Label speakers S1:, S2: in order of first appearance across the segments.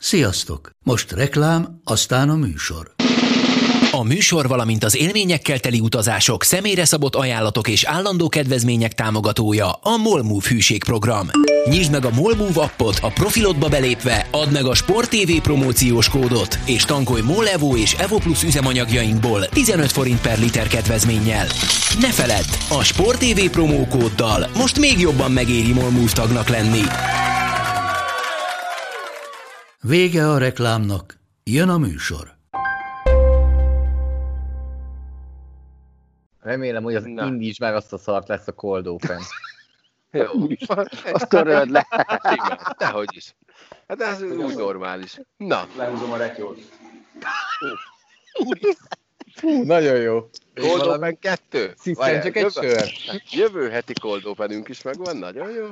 S1: Sziasztok! Most reklám, aztán a műsor.
S2: A műsor, valamint az élményekkel teli utazások, személyre szabott ajánlatok és állandó kedvezmények támogatója a MOL Move hűségprogram. Nyisd meg a MOL Move appot, a profilodba belépve, add meg a Sport TV promóciós kódot, és tankolj MOL Evo és Evo Plus üzemanyagjainkból 15 forint per liter kedvezménnyel. Ne feledd, a Sport TV promókóddal most még jobban megéri MOL Move tagnak lenni.
S1: Vége a reklámnak, jön a műsor.
S3: Remélem, hogy az indíts meg azt a szart, lesz a Cold Open.
S4: Jó.
S5: Azt töröld le.
S4: Igen, dehogy is. Hát ez úgy normális. Na.
S5: Lehúzom a retyót.
S3: Nagyon jó.
S4: Cold Open 2.
S3: Sziszen csak egy sör.
S4: Jövő heti Cold Openünk is megvan, nagyon jó.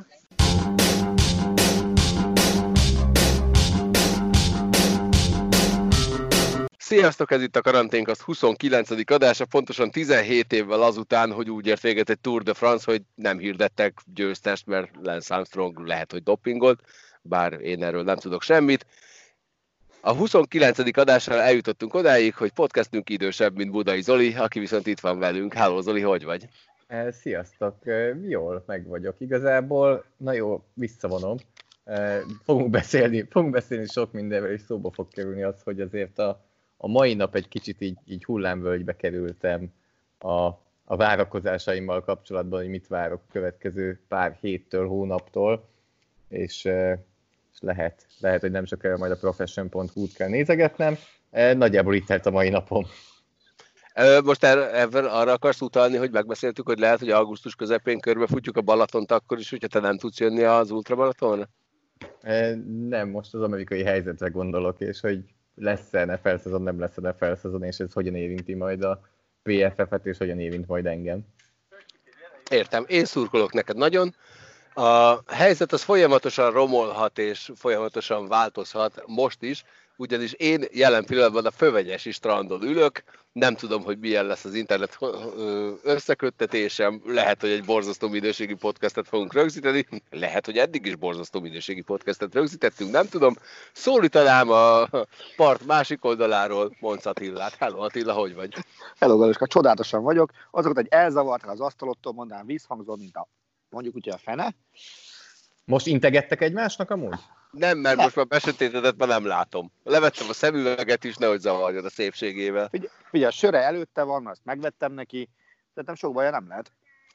S4: Sziasztok, ez itt a Karanténkast 29. adása, pontosan 17 évvel azután, hogy úgy ért véget egy Tour de France, hogy nem hirdettek győztest, mert Lance Armstrong lehet, hogy dopingolt, bár én erről nem tudok semmit. A 29. adással eljutottunk odáig, hogy podcastünk idősebb, mint Budai Zoli, aki viszont itt van velünk. Háló Zoli, hogy vagy?
S3: Sziasztok, jól meg vagyok. Igazából, na jó, visszavonom. Fogunk beszélni sok mindenről, és szóba fog kerülni az, hogy azért a mai nap egy kicsit így hullámvölgybe kerültem a várakozásaimmal kapcsolatban, hogy mit várok a következő pár héttől, hónaptól, és lehet, hogy nem sokára majd a profession.hu-t kell nézegetnem. Nagyjából itt telt a mai napom.
S4: Most ebben arra akarsz utalni, hogy megbeszéltük, hogy lehet, hogy augusztus közepén körbefutjuk a Balatont akkor is, hogyha te nem tudsz jönni az ultrabalatonra?
S3: Nem, most az amerikai helyzetre gondolok, és hogy lesz-e NFL szezon, nem lesz-e NFL szezon, és ez hogyan érinti majd a PFF-et, és hogyan érint majd engem.
S4: Értem, én szurkolok neked nagyon. A helyzet az folyamatosan romolhat, és folyamatosan változhat most is, ugyanis én jelen pillanatban a Fövegyesi strandon ülök, nem tudom, hogy milyen lesz az internet összeköttetésem, lehet, hogy egy borzasztó minőségi podcastet fogunk rögzíteni, lehet, hogy eddig is borzasztó minőségi podcastet rögzítettünk, nem tudom. Szólítanám a part másik oldaláról Monc Attilát. Hello Attila, hogy vagy?
S5: Hello Galuska, csodálatosan vagyok. Azokat, hogy elzavartál az asztalottól, mondanám, vízhangzol, mint mondjuk úgy a fene.
S3: Most integettek egymásnak amúgy?
S4: Nem, mert most már besötétedett, már nem látom. Levettem a szemüveget is, nehogy zavarjon a szépségével.
S5: Figyelj, a söre előtte van, azt megvettem neki, szerintem sok baja nem lehet.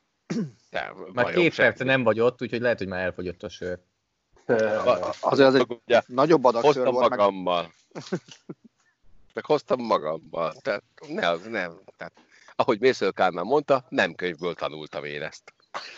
S3: Már 2 perce nem vagy ott, úgyhogy lehet, hogy már elfogyott a sör.
S5: Azért az egy nagyobb adag sör volt.
S4: Magammal. Meg hoztam magammal. Tehát nem. Tehát, ahogy Mészöl Kálmán mondta, nem könyvből tanultam én ezt.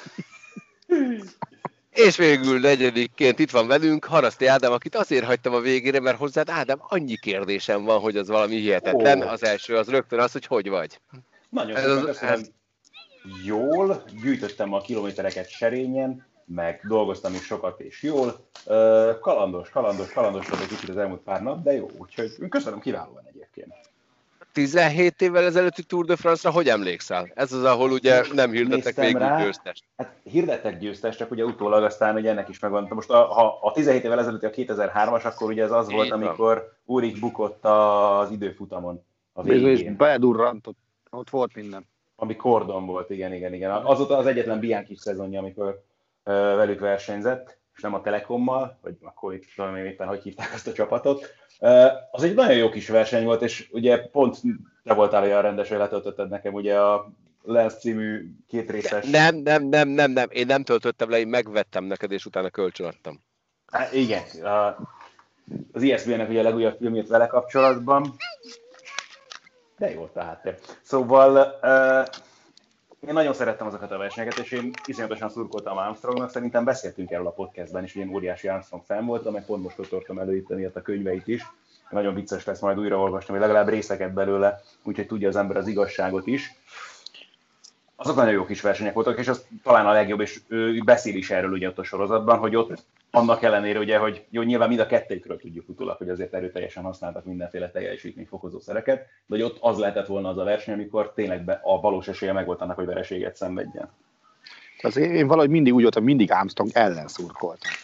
S4: És végül negyedikként itt van velünk Haraszti Ádám, akit azért hagytam a végére, mert hozzád, Ádám, annyi kérdésem van, hogy az valami hihetetlen. Az első az rögtön az, hogy vagy.
S6: Nagyon szépen köszönöm. Jól, gyűjtöttem a kilométereket serényen, meg dolgoztam is sokat és jól. Kalandos volt egy kicsit az elmúlt pár nap, de jó, úgyhogy köszönöm, kiválóan egyébként.
S4: 17 évvel ezelőtti Tour de France-ra hogy emlékszel? Ez az, ahol ugye nem hirdettek végül győztest.
S6: Hát hirdettek győztest, csak ugye utólag aztán ugye ennek is megvan. Most a 17 évvel ezelőtti a 2003-as, akkor ugye ez az volt, amikor Ulrich bukott az időfutamon a végén.
S5: És bedurrant, ott volt minden.
S6: Ami Cordon volt, igen. Azóta az egyetlen Bianchi szezonja, amikor velük versenyzett, és nem a Telekommal, vagy akkor itt tudom én éppen, hogy hívták azt a csapatot. Az egy nagyon jó kis verseny volt, és ugye pont te voltál olyan rendes, hogy letöltötted nekem ugye a Lance című 2 részes...
S4: Nem, én nem töltöttem le, én megvettem neked, és utána kölcsönadtam.
S6: Hát igen, az ISBN-nek ugye a legújabb filmjét vele kapcsolatban, de jó tehát. Szóval én nagyon szerettem azokat a versenyeket, és én iszonyatosan szurkoltam Armstrongnak, szerintem beszéltünk erről a podcastben is, hogy én óriási Armstrong fan voltam, meg pont most tudtam előíteni a könyveit is. Nagyon vicces lesz majd újraolvasni, vagy legalább részeket belőle, úgyhogy tudja az ember az igazságot is. Azok nagyon jó kis versenyek voltak, és az talán a legjobb, és ő beszél is erről ugye ott a sorozatban, hogy ott annak ellenére, ugye, hogy jó, nyilván mind a kettőkről tudjuk utólag, hogy azért erőteljesen használtak mindenféle teljesítményfokozó szereket, de hogy ott az lehetett volna az a verseny, amikor tényleg a valós esélye megvolt annak, hogy vereséget szenvedjen.
S5: Azért én valahogy mindig úgy voltam, mindig Armstrong ellen szurkoltam.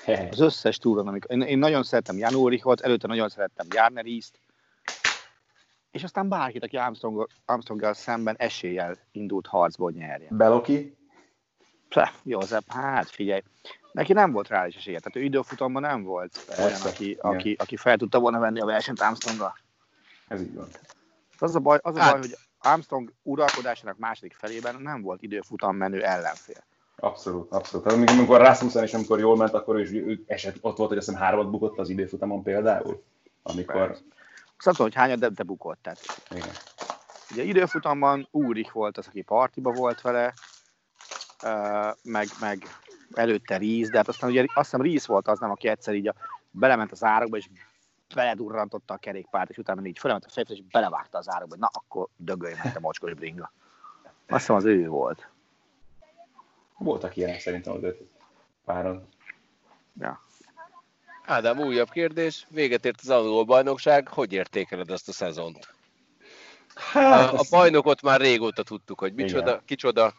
S5: Az összes túron, amikor... Én nagyon szerettem Jan Ullrichot, előtte nagyon szerettem Jarner East, és aztán bárkit, aki Armstronggal szemben eséllyel indult harcból nyerjen.
S6: Beloki?
S5: József, hát figyelj, neki nem volt reális esélye, tehát ő időfutamban nem volt olyan, aki fel tudta volna venni a versenyt Armstronggal.
S6: Ez így van.
S5: Az a baj, hogy Armstrong uralkodásának második felében nem volt időfutam menő ellenfél.
S6: Abszolút. Amikor Rasmussen és amikor jól ment, akkor ő ott volt, hogy azt hiszem 3-at bukott az időfutamon például. Amikor...
S5: Azt nem tudom, hogy hányat, de bukott. Tehát.
S6: Igen.
S5: Ugye időfutamban Ullrich volt az, aki partiba volt vele, meg előtte Ries, de hát aztán ugye azt hiszem Ries volt az nem, aki egyszer így belement az árokba, és beledurrantotta a kerékpárt, és utána így felement a fejfel, és belevágta az árokba, hogy na, akkor dögölj meg a mocskos bringa. Azt hiszem az ő volt.
S6: Voltak ilyenek szerintem az 5 páron.
S5: Ja.
S4: Ádám, újabb kérdés. Véget ért az angol bajnokság. Hogy értékeled ezt a szezont?
S6: Hát,
S4: a bajnokot már régóta tudtuk, hogy kicsoda.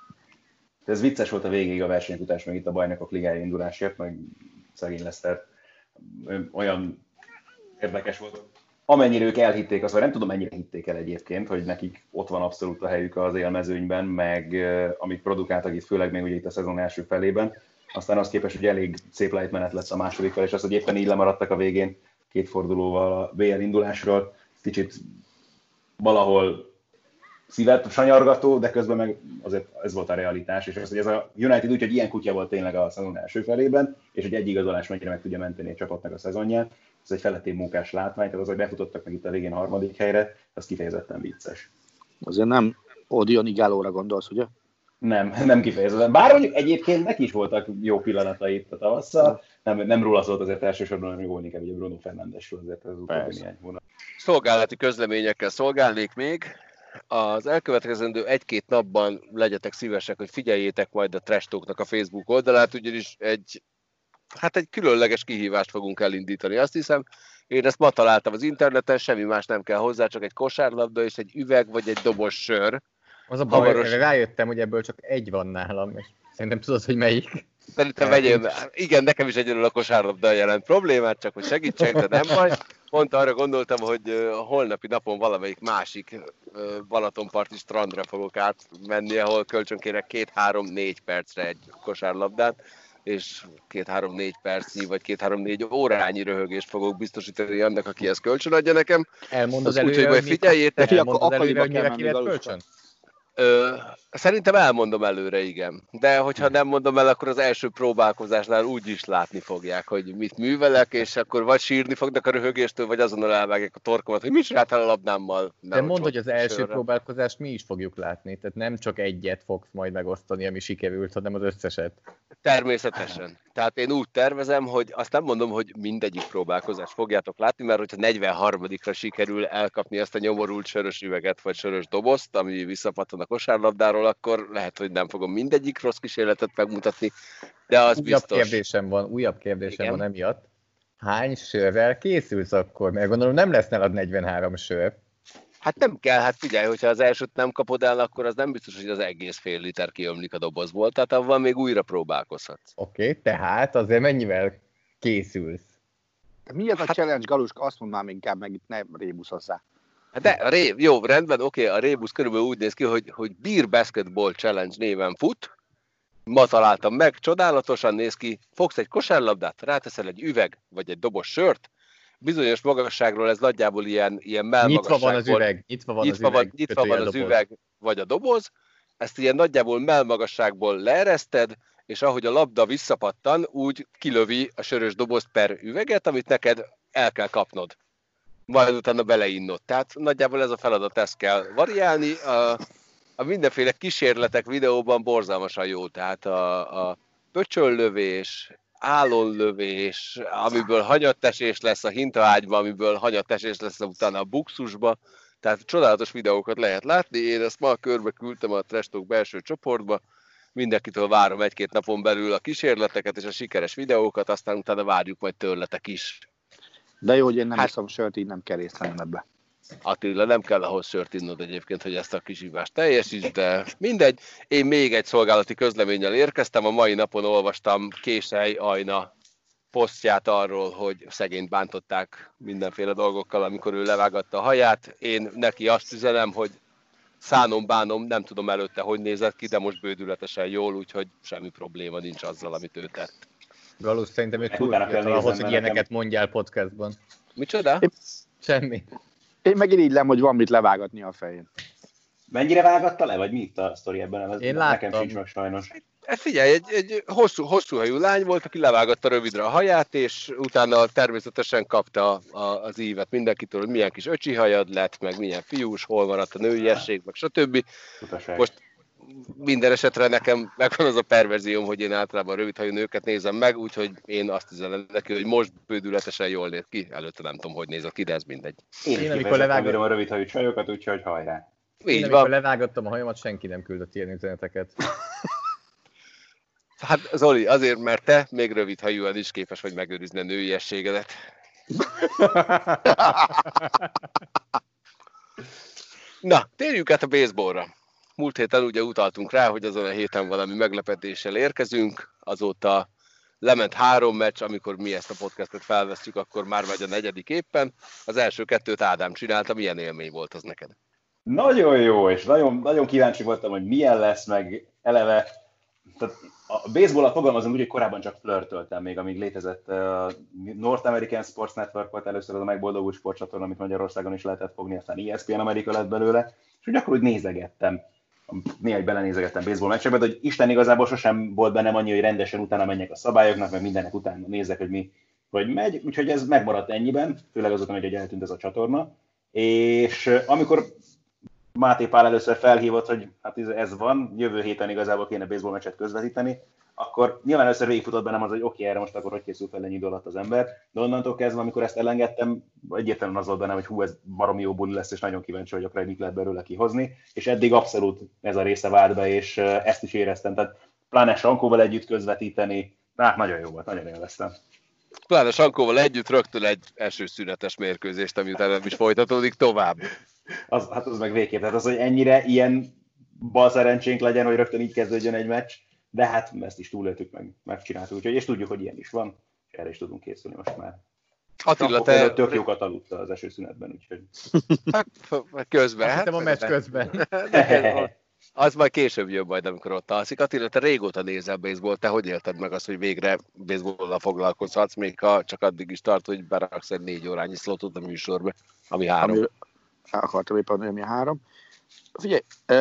S6: Ez vicces volt a végéig a versenykutás, meg itt a bajnokok ligája indulásért, meg szegény Leicester olyan érdekes volt. Amennyire ők elhitték, azt nem tudom, mennyire hitték el egyébként, hogy nekik ott van abszolút a helyük az élmezőnyben, meg amit produkáltak itt, főleg még ugye itt a szezon első felében. Aztán az képest, hogy elég szép lejtmenet lesz a második fel, és az, hogy éppen így lemaradtak a végén 2 fordulóval a VL indulásról, kicsit valahol szívet sanyargató, de közben meg azért ez volt a realitás, és az, hogy ez a United úgy, hogy ilyen kutya volt tényleg a szezon első felében, és hogy egy igazolás mennyire meg tudja menteni egy csapatnak a szezonját, ez egy feletti munkás látvány, tehát az, hogy befutottak meg itt a végén 3. helyre, az kifejezetten vicces.
S5: Azért nem Odion Igálóra gondolsz, ugye?
S6: Nem kifejezetten. Bár mondjuk egyébként neki is voltak jó pillanatai itt a tavasszal, nem róla szólt azért elsősorban, hanem jól inkább ugye Bruno Fernandesről azért az utóbbi néhány hónap.
S4: Szolgálati közleményekkel szolgálnék még. Az elkövetkezendő 1-2 napban legyetek szívesek, hogy figyeljétek majd a Trash Talknak a Facebook oldalát, ugyanis egy különleges kihívást fogunk elindítani. Azt hiszem, én ezt ma találtam az interneten, semmi más nem kell hozzá, csak egy kosárlabda és egy üveg vagy egy doboz sör.
S3: Az a baj, rájöttem, hogy ebből csak egy van nálam, és szerintem tudod, hogy melyik.
S4: Szerintem vegyél, igen, nekem is egyedül a kosárlabda jelent problémát, csak hogy segítsek, de nem baj. Pont arra gondoltam, hogy holnapi napon valamelyik másik Balatonparti strandra fogok átmenni, ahol kölcsönkérek 2-3-4 percre egy kosárlabdát, és 2-3-4 percnyi, vagy 2-3-4 órányi röhögést fogok biztosítani annak, aki ezt kölcsön adja nekem.
S3: Elmondod előre, hogy
S4: figyeljétek.
S3: mire kivett kölcsön?
S4: Szerintem elmondom előre, igen. De hogyha nem mondom el, akkor az első próbálkozásnál úgy is látni fogják, hogy mit művelek, és akkor vagy sírni fognak a röhögéstől, vagy azonnal elvágják a torkomat, hogy mit csináltál a labdámmal.
S3: De mondd, hogy az első próbálkozást mi is fogjuk látni, tehát nem csak egyet fogsz majd megosztani, ami sikerült, hanem az összeset.
S4: Természetesen. Tehát én úgy tervezem, hogy azt nem mondom, hogy mindegyik próbálkozást fogjátok látni, mert hogyha 43-ra sikerül elkapni ezt a nyomorult sörös üveget, vagy sörös dobozt, ami visszapattan a kosárlabdáról, akkor lehet, hogy nem fogom mindegyik rossz kísérletet megmutatni, de az biztos.
S3: Újabb kérdésem van emiatt. Hány sörrel készülsz akkor? Mert gondolom nem lesz nálad 43 sör.
S4: Hát nem kell, hát figyelj, hogyha az elsőt nem kapod el, akkor az nem biztos, hogy az egész fél liter kiömlik a dobozból, tehát avval még újra próbálkozhatsz.
S3: Oké, tehát azért mennyivel készülsz?
S5: Mi az a challenge, Galuska? Azt mondd már inkább, meg itt ne rébuszozzál.
S4: De jó, rendben, oké, a rébusz körülbelül úgy néz ki, hogy Beer Basketball Challenge néven fut. Ma találtam meg, csodálatosan néz ki, fogsz egy kosárlabdát, ráteszel egy üveg vagy egy doboz sört, bizonyos magasságról ez nagyjából ilyen melmagasságból. Nyitva van az üveg vagy a doboz, ezt ilyen nagyjából melmagasságból leereszted, és ahogy a labda visszapattan, úgy kilövi a sörös dobozt per üveget, amit neked el kell kapnod. Majd utána beleinnod. Tehát nagyjából ez a feladat, ezt kell variálni. A mindenféle kísérletek videóban borzalmasan jó, tehát a pöcsöllövés, állonlövés, amiből hanyattesés lesz a hintaágyba, amiből hanyattesés lesz utána a buxusba, tehát csodálatos videókat lehet látni. Én ezt ma körbe küldtem a Trash Talk belső csoportba, mindenkitől várom 1-2 napon belül a kísérleteket és a sikeres videókat, aztán utána várjuk majd tőletek is.
S5: De jó, hogy én nem iszom sört, így nem kell részt vennem ebbe.
S4: Attila, nem kell ahhoz sört innod egyébként, hogy ezt a kihívást teljesíts, de mindegy. Én még egy szolgálati közleménnyel érkeztem, a mai napon olvastam Késely Ajna posztját arról, hogy szegényt bántották mindenféle dolgokkal, amikor ő levágatta a haját. Én neki azt üzenem, hogy szánom-bánom, nem tudom előtte, hogy nézett ki, de most bődületesen jól, úgyhogy semmi probléma nincs azzal, amit ő tett.
S3: Galus, szerintem ő túl
S6: Utána kell
S3: fiatal ahhoz,
S6: néznem,
S3: hogy
S6: mert
S3: ilyeneket mondjál podcastban.
S4: Micsoda?
S3: Semmi.
S5: Én meg irigylem, hogy van mit levágatni a fején.
S6: Mennyire vágatta le, vagy mi itt a sztori ebben? Ez
S3: Én
S6: nekem
S3: láttam.
S6: sincs meg sajnos.
S4: Figyelj, egy hosszú hajú lány volt, aki levágatta rövidre a haját, és utána természetesen kapta az ívet mindenkitől, hogy milyen kis öcsi hajad lett, meg milyen fiús, hol maradt a nőiesség, meg stb.
S6: Utaság.
S4: Most minden esetre nekem megvan az a perverzióm, hogy én általában rövidhajú nőket nézem meg, úgyhogy én azt üzenem neki, hogy most bődületesen jól néz ki, előtte nem tudom, hogy nézett ki, de ez mindegy.
S6: Én is kifejezetten bírom a rövidhajú csajokat, úgyhogy hajrá.
S3: Én amikor levágattam a hajamat, senki nem küldött ilyen üzeneteket.
S4: Hát Zoli, azért, mert te még rövidhajúan is képes vagy megőrizni a nőiességedet. Na, térjünk át a baseballra. Múlt héten ugye utaltunk rá, hogy azon a héten valami meglepetéssel érkezünk. Azóta lement 3 meccs, amikor mi ezt a podcastot felvesztjük, akkor már megy a 4. éppen. Az első 2-t Ádám csinálta. Milyen élmény volt az neked?
S6: Nagyon jó, és nagyon, nagyon kíváncsi voltam, hogy milyen lesz, meg eleve. Tehát a baseball-at fogalmazom úgy, hogy korábban csak flörtöltem még, amíg létezett a North American Sports Network volt először az a megboldogult sportcsatorna, amit Magyarországon is lehetett fogni, aztán ESPN Amerika lett belőle, és úgy akkor úgy nézegettem, néha belenézegettem baseball meccsekbe, de hogy Isten igazából sosem volt bennem annyi, hogy rendesen utána menjek a szabályoknak, meg mindennek utána nézek, hogy mi hogy megy, úgyhogy ez megmaradt ennyiben, főleg azután, hogy eltűnt ez a csatorna, és amikor Máté Pál először felhívott, hogy hát ez van, jövő héten igazából kéne baseball meccset közvetíteni, akkor nyilván először végigfutott bennem az, hogy oké, erre most akkor hogy készül fel ennyi idő alatt az ember, de onnantól kezdve, amikor ezt elengedtem, egyértelműen az volt bennem, hogy hú, ez baromi jó buli lesz, és nagyon kíváncsi vagyok rá, hogy mit lehet belőle kihozni, és eddig abszolút ez a része vált be, és ezt is éreztem, tehát pláne Sankóval együtt közvetíteni, nagyon jó volt, nagyon élveztem.
S4: Pláne Sankóval együtt rögtön egy esőszünetes mérkőzést, ami utána nem is folytatódik tovább.
S6: Az meg végképp. Tehát az, hogy ennyire ilyen balszerencsénk legyen, hogy rögtön így kezdődjön egy meccs, de hát ezt is túléltük, megcsináltuk, úgyhogy, és tudjuk, hogy ilyen is van, és erre is tudunk készülni most már.
S4: Attila, te...
S6: Tök jókat aludta az esőszünetben, úgyhogy...
S4: Közben.
S3: Azt hittem a meccs közben.
S4: Az majd később jön majd, amikor ott alszik. Attila, te régóta nézel baseball, te hogy élted meg azt, hogy végre baseball-al foglalkozhatsz, még ha csak addig is tart, hogy beraksz egy 4 órányi szlotot a műsorba, ami 3.
S5: Akartam éppen mondani, ami 3. Figyelj,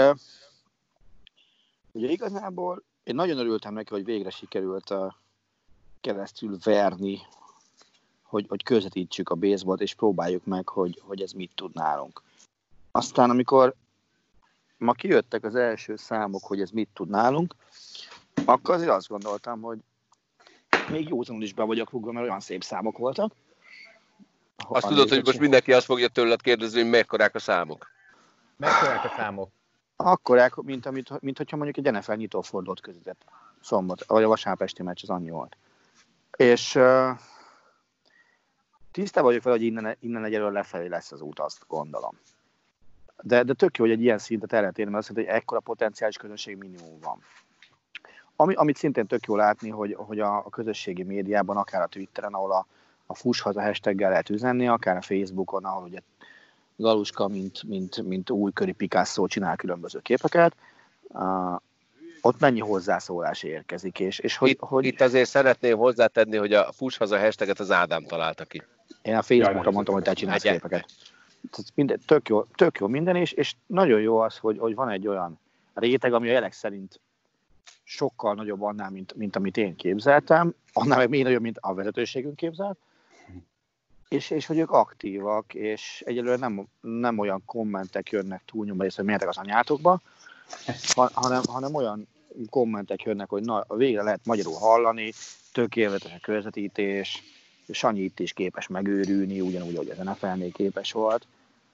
S5: ugye igazából én nagyon örültem neki, hogy végre sikerült keresztül verni, hogy közvetítsük a baseballt, és próbáljuk meg, hogy ez mit tud nálunk. Aztán, amikor ma kijöttek az első számok, hogy ez mit tud nálunk, akkor azért azt gondoltam, hogy még józanul is be vagyok rúgva, mert olyan szép számok voltak.
S4: Azt tudod, hogy most mindenki azt fogja tőled kérdezni, hogy mekkorák a számok?
S3: Mekkorák a számok?
S5: Akkorák, mint hogyha mondjuk egy NFL nyitófordulót közvetett szombat, vagy a vasárnap-esti meccs, az annyi volt. És tisztában vagyok vele, hogy innen egyelőre lefelé lesz az út, azt gondolom. De tök jó, hogy egy ilyen szintet el lehet érni, mert azt jelenti, hogy ekkora potenciális közönség minimum van. Amit szintén tök jó látni, hogy a közösségi médiában, akár a Twitteren, ahol a fuss haza hashtaggel lehet üzenni, akár a Facebookon, ahol ugye Galuska, mint újköri Picasso csinál különböző képeket, ott mennyi hozzászólás érkezik. És
S4: Itt azért szeretném hozzátenni, hogy a fuss haza hashtaget az Ádám találta ki.
S5: Én a Facebookra mondtam, hogy te csinálsz képeket. Minden, tök jó minden, és nagyon jó az, hogy van egy olyan réteg, ami a jelek szerint sokkal nagyobb annál, mint amit én képzeltem, annál meg még nagyobb, mint a vezetőségünk képzelt, és hogy ők aktívak, és egyelőre nem olyan kommentek jönnek túlnyomva részt, hogy miértek az anyátokba, hanem olyan kommentek jönnek, hogy na, végre lehet magyarul hallani, tökéletes a közvetítés, Sanyi itt is képes megőrülni, ugyanúgy, ahogy az NFL-nél képes volt.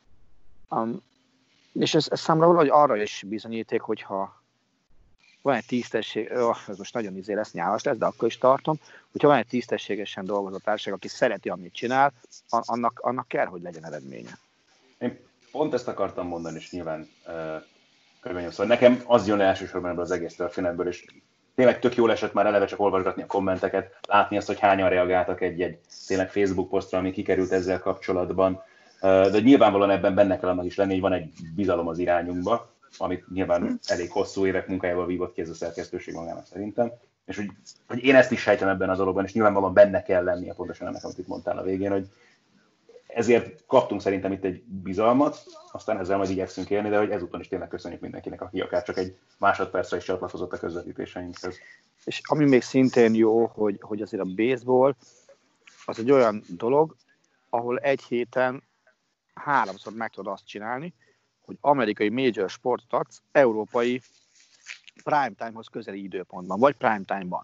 S5: És ez számomra valahogy arra is bizonyíték, hogyha van egy tisztesség, ez most nagyon lesz, nyálas lesz, de akkor is tartom, hogyha van egy tisztességesen dolgozó társaság, aki szereti, amit csinál, annak kell, hogy legyen eredménye.
S6: Én pont ezt akartam mondani, és nyilván körülbelül. Szóval nekem az jön elsősorban ebből az egész történetből, és tényleg tök jól esett már eleve csak olvasgatni a kommenteket, látni azt, hogy hányan reagáltak egy tényleg Facebook posztra, ami kikerült ezzel kapcsolatban. De nyilvánvalóan ebben benne kell annak is lenni, hogy van egy bizalom az irányunkba, amit nyilván elég hosszú évek munkájával vívott ki ez a szerkesztőség magának szerintem. És hogy én ezt is sejtem ebben az dologban, és nyilvánvalóan benne kell lennie pontosan ennek, amit itt mondtál a végén, hogy ezért kaptunk szerintem itt egy bizalmat, aztán ezzel majd igyekszünk élni, de hogy ezúton is tényleg köszönjük mindenkinek, aki akár csak egy másodpercre is csatlakozott a közvetítéseinkhez.
S5: És ami még szintén jó, hogy azért a baseball az egy olyan dolog, ahol egy héten 3-szor meg tudod azt csinálni, hogy amerikai major sportot adsz európai primetime-hoz közeli időpontban, vagy primetime-ban.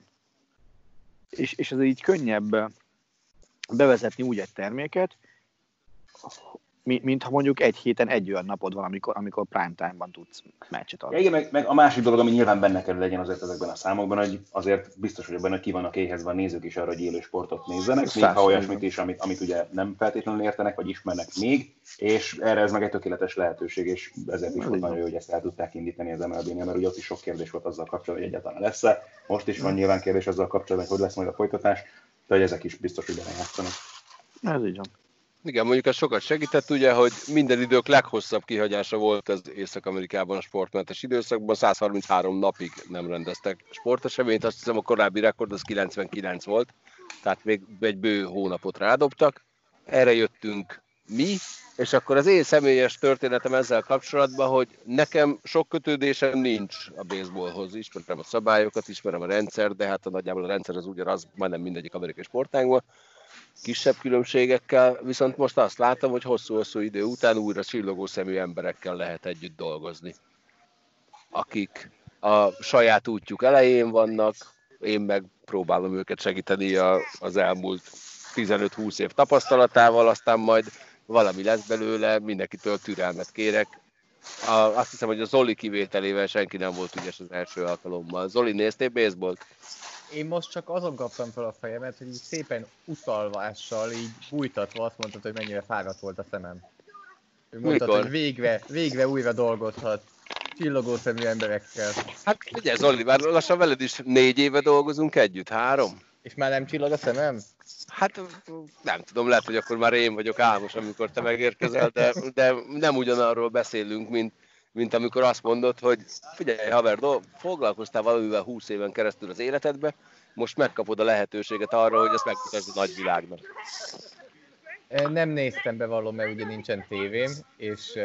S5: És ez így könnyebb bevezetni úgy egy terméket, mint ha mondjuk egy héten egy olyan napod van, amikor primetime-ban tudsz meccset adni.
S6: Ja, igen, meg a másik dolog, ami nyilván benne kell legyen azért ezekben a számokban, hogy azért biztos vagyok benne, hogy ki vannak éhezve a nézők is arra, hogy élő sportot nézzenek, még ha olyasmit is, amit ugye nem feltétlenül értenek, vagy ismernek még, és erre ez meg egy tökéletes lehetőség, és ezért is volt nagyon jó, hogy ezt el tudták indítani az MLB-nél, mert ugye ott is sok kérdés volt azzal kapcsolatban, hogy egyáltalán lesz-e. Most is van nyilván kérdés azzal kapcsolatban, hogy lesz majd a folytatás, de hogy ezek is biztos, hogy belejátszanak.
S5: Ez így van.
S4: Igen, mondjuk ez sokat segített, ugye, hogy minden idők leghosszabb kihagyása volt az Észak-Amerikában a sportmentes időszakban, 133 napig nem rendeztek sporteseményt, azt hiszem a korábbi rekord az 99 volt, tehát még egy bő hónapot rádobtak. Erre jöttünk mi, és akkor az én személyes történetem ezzel kapcsolatban, hogy nekem sok kötődésem nincs a baseballhoz, ismerem a szabályokat, ismerem a rendszer, de hát nagyjából a rendszer az ugyanaz, majdnem mindegyik amerikai sportágban, kisebb különbségekkel, viszont most azt látom, hogy hosszú-hosszú idő után újra csillogó szemű emberekkel lehet együtt dolgozni, akik a saját útjuk elején vannak, én meg próbálom őket segíteni az elmúlt 15-20 év tapasztalatával, aztán majd valami lesz belőle, mindenkitől türelmet kérek. Azt hiszem, hogy a Zoli kivételével senki nem volt ügyes az első alkalommal. Zoli, néztél baseballt?
S3: Én most csak azon kaptam fel a fejemet, hogy így szépen utalvással, így bújtatva azt mondtad, hogy mennyire fáradt volt a szemem. Ő mondtad, hogy végre újra dolgozhat csillogó szemű emberekkel.
S4: Hát ugye Zoli, már lassan veled is 4 éve dolgozunk együtt, 3?
S3: És már nem csillag a szemem?
S4: Hát nem tudom, lehet, hogy akkor már én vagyok álmos, amikor te megérkezel, de nem ugyanarról beszélünk, mint amikor azt mondod, hogy figyelj haver, foglalkoztál valamivel 20 éven keresztül az életedbe, most megkapod a lehetőséget arra, hogy ezt megmutasd a nagyvilágnak.
S3: Nem néztem be való, mert ugye nincsen tévém, és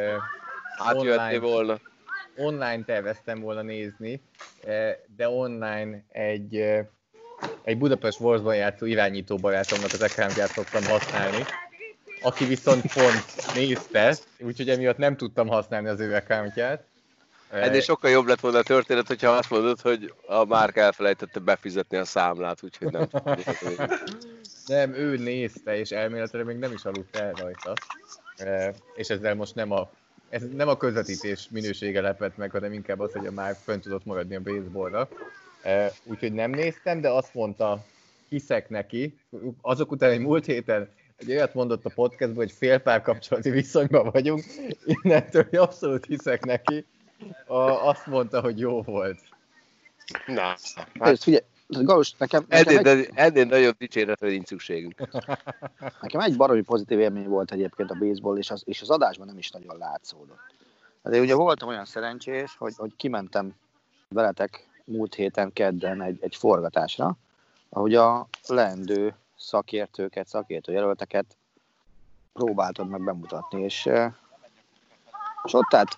S3: online terveztem volna nézni, de online egy Budapest Warsban játszó irányító barátomnak az ekrántját szoktam használni, aki viszont pont nézte, úgyhogy emiatt nem tudtam használni az ő accountját.
S4: Ennél sokkal jobb lett volna a történet, hogyha azt mondod, hogy a márka elfelejtette befizetni a számlát, úgyhogy nem tudom.
S3: Nem, ő nézte, és elméletileg még nem is aludt el rajta. És ezzel most ez nem a közvetítés minősége lepett meg, hanem inkább az, hogy már fönn tudott maradni a baseballra. Úgyhogy nem néztem, de azt mondta, hiszek neki. Azok után egy múlt héten egy olyat mondott a podcastban, hogy félpárkapcsolati viszonyban vagyunk, innentől abszolút hiszek neki. Azt mondta, hogy jó volt.
S4: Na,
S5: hát figyelj, Galus, nekem
S4: ennél nagyon dicséretre nincs szükségünk.
S5: Nekem egy baromi pozitív élmény volt egyébként a baseball, és az adásban nem is nagyon látszódott. De ugye voltam olyan szerencsés, hogy kimentem veletek múlt héten kedden egy forgatásra, ahogy a leendő szakértőjelölteket próbáltad meg bemutatni, és ott állt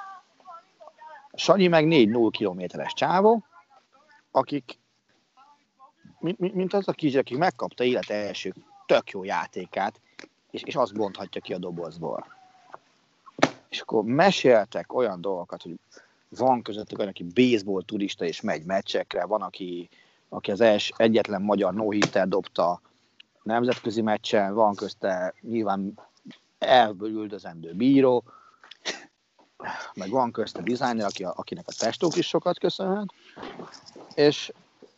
S5: Sanyi meg 4-0 kilométeres csávó, akik, mint az a kis, akik megkapta élet első tök jó játékát, és azt bonthatja ki a dobozból. És akkor meséltek olyan dolgokat, hogy van közöttük olyan, aki baseball turista és megy meccsekre, van, aki az egyetlen magyar no-hitter dobta nemzetközi meccsen, van közte nyilván elvből üldözendő bíró, meg van közte designer, akinek a testók is sokat köszönhet, és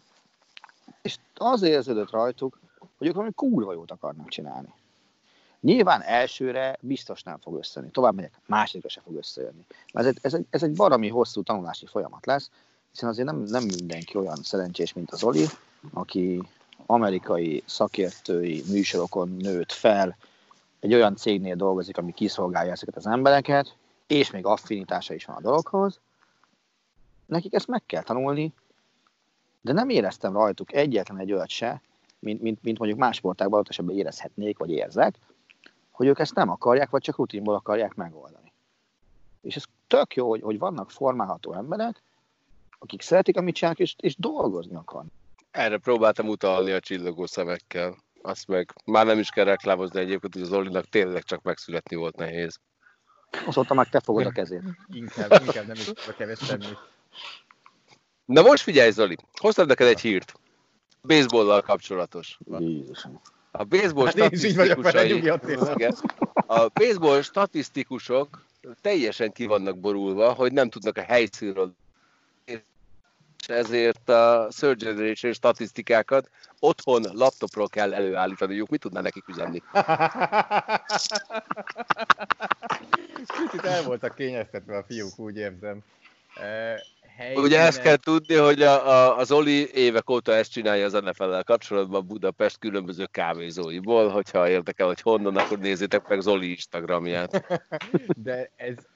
S5: az érződött rajtuk, hogy ők valami kurva jót akarnak csinálni. Nyilván elsőre biztos nem fog összejönni, tovább megyek, másodikra se fog összejönni. Ez egy baromi hosszú tanulási folyamat lesz, hiszen azért nem mindenki olyan szerencsés, mint az Oli, aki amerikai szakértői műsorokon nőtt fel, egy olyan cégnél dolgozik, ami kiszolgálja ezeket az embereket, és még affinitása is van a dologhoz. Nekik ezt meg kell tanulni, de nem éreztem rajtuk egyetlen egy olyat se, mint mondjuk más sportákban ott esetben érezhetnék, vagy érzek, hogy ők ezt nem akarják, vagy csak rutinból akarják megoldani. És ez tök jó, hogy vannak formálható emberek, akik szeretik, amit csinálnak, és dolgozni akarnak.
S4: Erre próbáltam utalni a csillogó szemekkel. Azt meg már nem is kell reklámozni egyébként, hogy az Olinak tényleg csak megszületni volt nehéz.
S5: Azóta meg te fogod a kezét.
S3: Inkább nem is tudok kevés semmit.
S4: Na most figyelj, Zoli, hoztam neked egy hírt. Baseballlal kapcsolatos.
S5: Jézusom.
S4: A baseball a baseball statisztikusok teljesen ki vannak borulva, hogy nem tudnak a helyszínről, és ezért a third generation statisztikákat otthon laptopról kell előállítaniuk. Mit tudná nekik üzenni?
S3: Kicsit el voltak kényeztetve a fiúk, úgy érzem.
S4: Ugye ezt kell tudni, hogy az Oli évek óta ezt csinálja az NFL-lel kapcsolatban Budapest különböző kávézóiból, hogyha érdekel, hogy honnan, akkor nézzétek meg Zoli Instagramját.
S3: De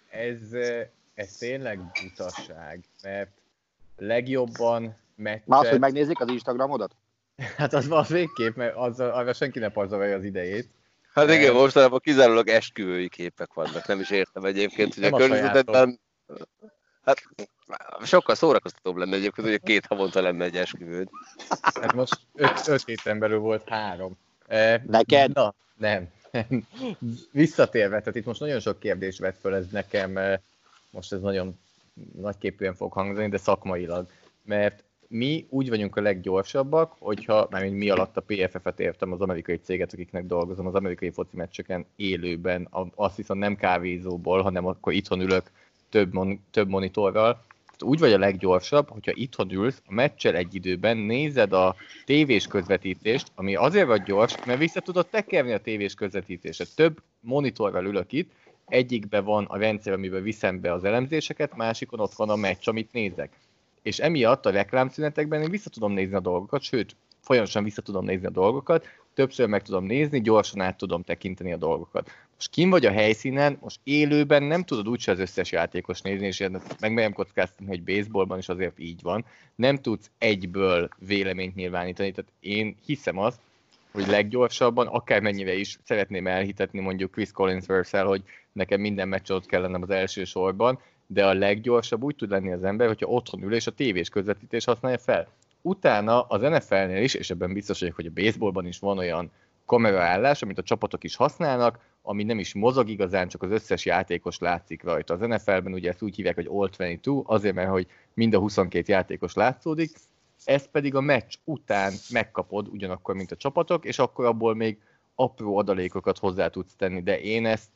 S3: ez tényleg butasság, mert legjobban meccset...
S5: Már azt, hogy megnézik az Instagramodat?
S3: Hát az végképp, mert arra senki ne pazarolja az idejét.
S4: Hát igen, mostanában kizárólag esküvői képek vannak, nem is értem egyébként, hogy
S3: nem
S4: a környezetben... Hát sokkal szórakoztatóbb lenne egyébként, hogy 2 havonta lenne egy esküvőd.
S3: Hát most 5 héten belül volt 3.
S5: Neked?
S3: Na, nem. Visszatérve, tehát itt most nagyon sok kérdés vett föl, ez nekem, most ez nagyon nagyképűen fog hangzani, de szakmailag. Mert mi úgy vagyunk a leggyorsabbak, hogyha, mármint mi alatt a PFF-et értem, az amerikai céget, akiknek dolgozom, az amerikai foci meccseken élőben, azt viszont nem kávézóból, hanem akkor itthon ülök több monitorral. Úgy vagy a leggyorsabb, hogyha itthon ülsz, a meccsel egy időben nézed a tévés közvetítést, ami azért vagy gyors, mert vissza tudod tekerni a tévés közvetítést. Több monitorral ülök itt, egyikben van a rendszer, amiből viszem be az elemzéseket, másikon ott van a meccs, amit nézek. És emiatt a reklámszünetekben én vissza tudom nézni a dolgokat, sőt, folyamatosan vissza tudom nézni a dolgokat, többször meg tudom nézni, gyorsan át tudom tekinteni a dolgokat. Most kim vagy a helyszínen, most élőben nem tudod úgyse az összes játékos nézni, és meg merem kockáztatni, hogy baseballban is azért így van. Nem tudsz egyből véleményt nyilvánítani, tehát én hiszem azt, hogy leggyorsabban, akármennyire is szeretném elhitetni mondjuk Chris Collinsworth-szel, hogy nekem minden meccs ott kell lennem az első sorban, de a leggyorsabb úgy tud lenni az ember, hogyha otthon ül és a tévés közvetítés használja fel. Utána az NFL-nél is, és ebben biztos vagyok, hogy a baseballban is van olyan kameraállás, amit a csapatok is használnak, ami nem is mozog igazán, csak az összes játékos látszik rajta. Az NFL-ben ugye ezt úgy hívják, hogy All-22, azért, mert hogy mind a 22 játékos látszódik, ezt pedig a meccs után megkapod ugyanakkor, mint a csapatok, és akkor abból még apró adalékokat hozzá tudsz tenni, de én ezt,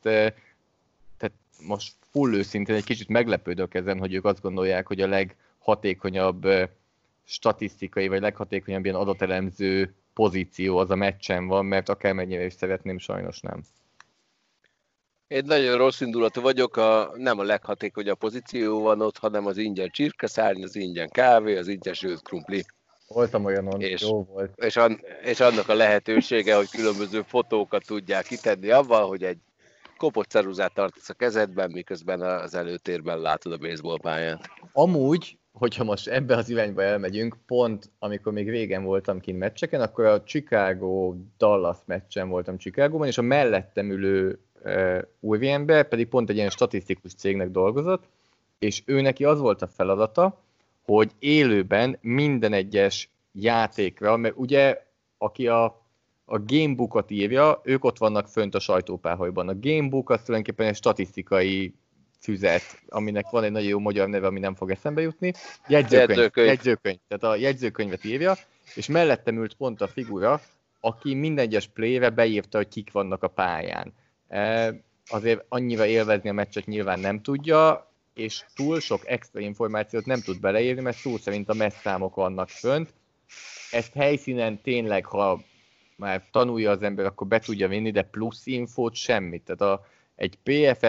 S3: tehát most full őszintén egy kicsit meglepődök ezen, hogy ők azt gondolják, hogy a leghatékonyabb statisztikai, vagy leghatékonyabb ilyen adatelemző pozíció az a meccsen van, mert akármennyire is szeretném, sajnos nem.
S4: Én nagyon rossz indulatú vagyok, nem a leghatékonyabb pozíció van ott, hanem az ingyen csirkeszárny, az ingyen kávé, az ingyen sült krumpli.
S3: Voltam olyanon, jó volt.
S4: És annak a lehetősége, hogy különböző fotókat tudják kitenni avval, hogy egy kopott ceruzát tartasz a kezedben, miközben az előtérben látod a baseballpályát.
S3: Amúgy, hogyha most ebbe az irányba elmegyünk, pont amikor még régen voltam kint meccseken, akkor a Chicago-Dallas meccsen voltam Chicagóban, és a mellettem ülő úriember pedig pont egy ilyen statisztikus cégnek dolgozott, és ő neki az volt a feladata, hogy élőben minden egyes játékra, mert ugye aki a gamebookot írja, ők ott vannak fönt a sajtópáholyban. A gamebook az tulajdonképpen egy statisztikai füzet, aminek van egy nagyon jó magyar neve, ami nem fog eszembe jutni. Jegyzőkönyv. Tehát a jegyzőkönyvet írja, és mellettem ült pont a figura, aki minden egyes playre beírta, hogy kik vannak a pályán. Azért annyira élvezni a meccset nyilván nem tudja, és túl sok extra információt nem tud beleírni, mert szó szerint a messzámok vannak fönt. Ezt helyszínen tényleg, ha már tanulja az ember, akkor be tudja vinni, de plusz infót semmit. Tehát egy PFF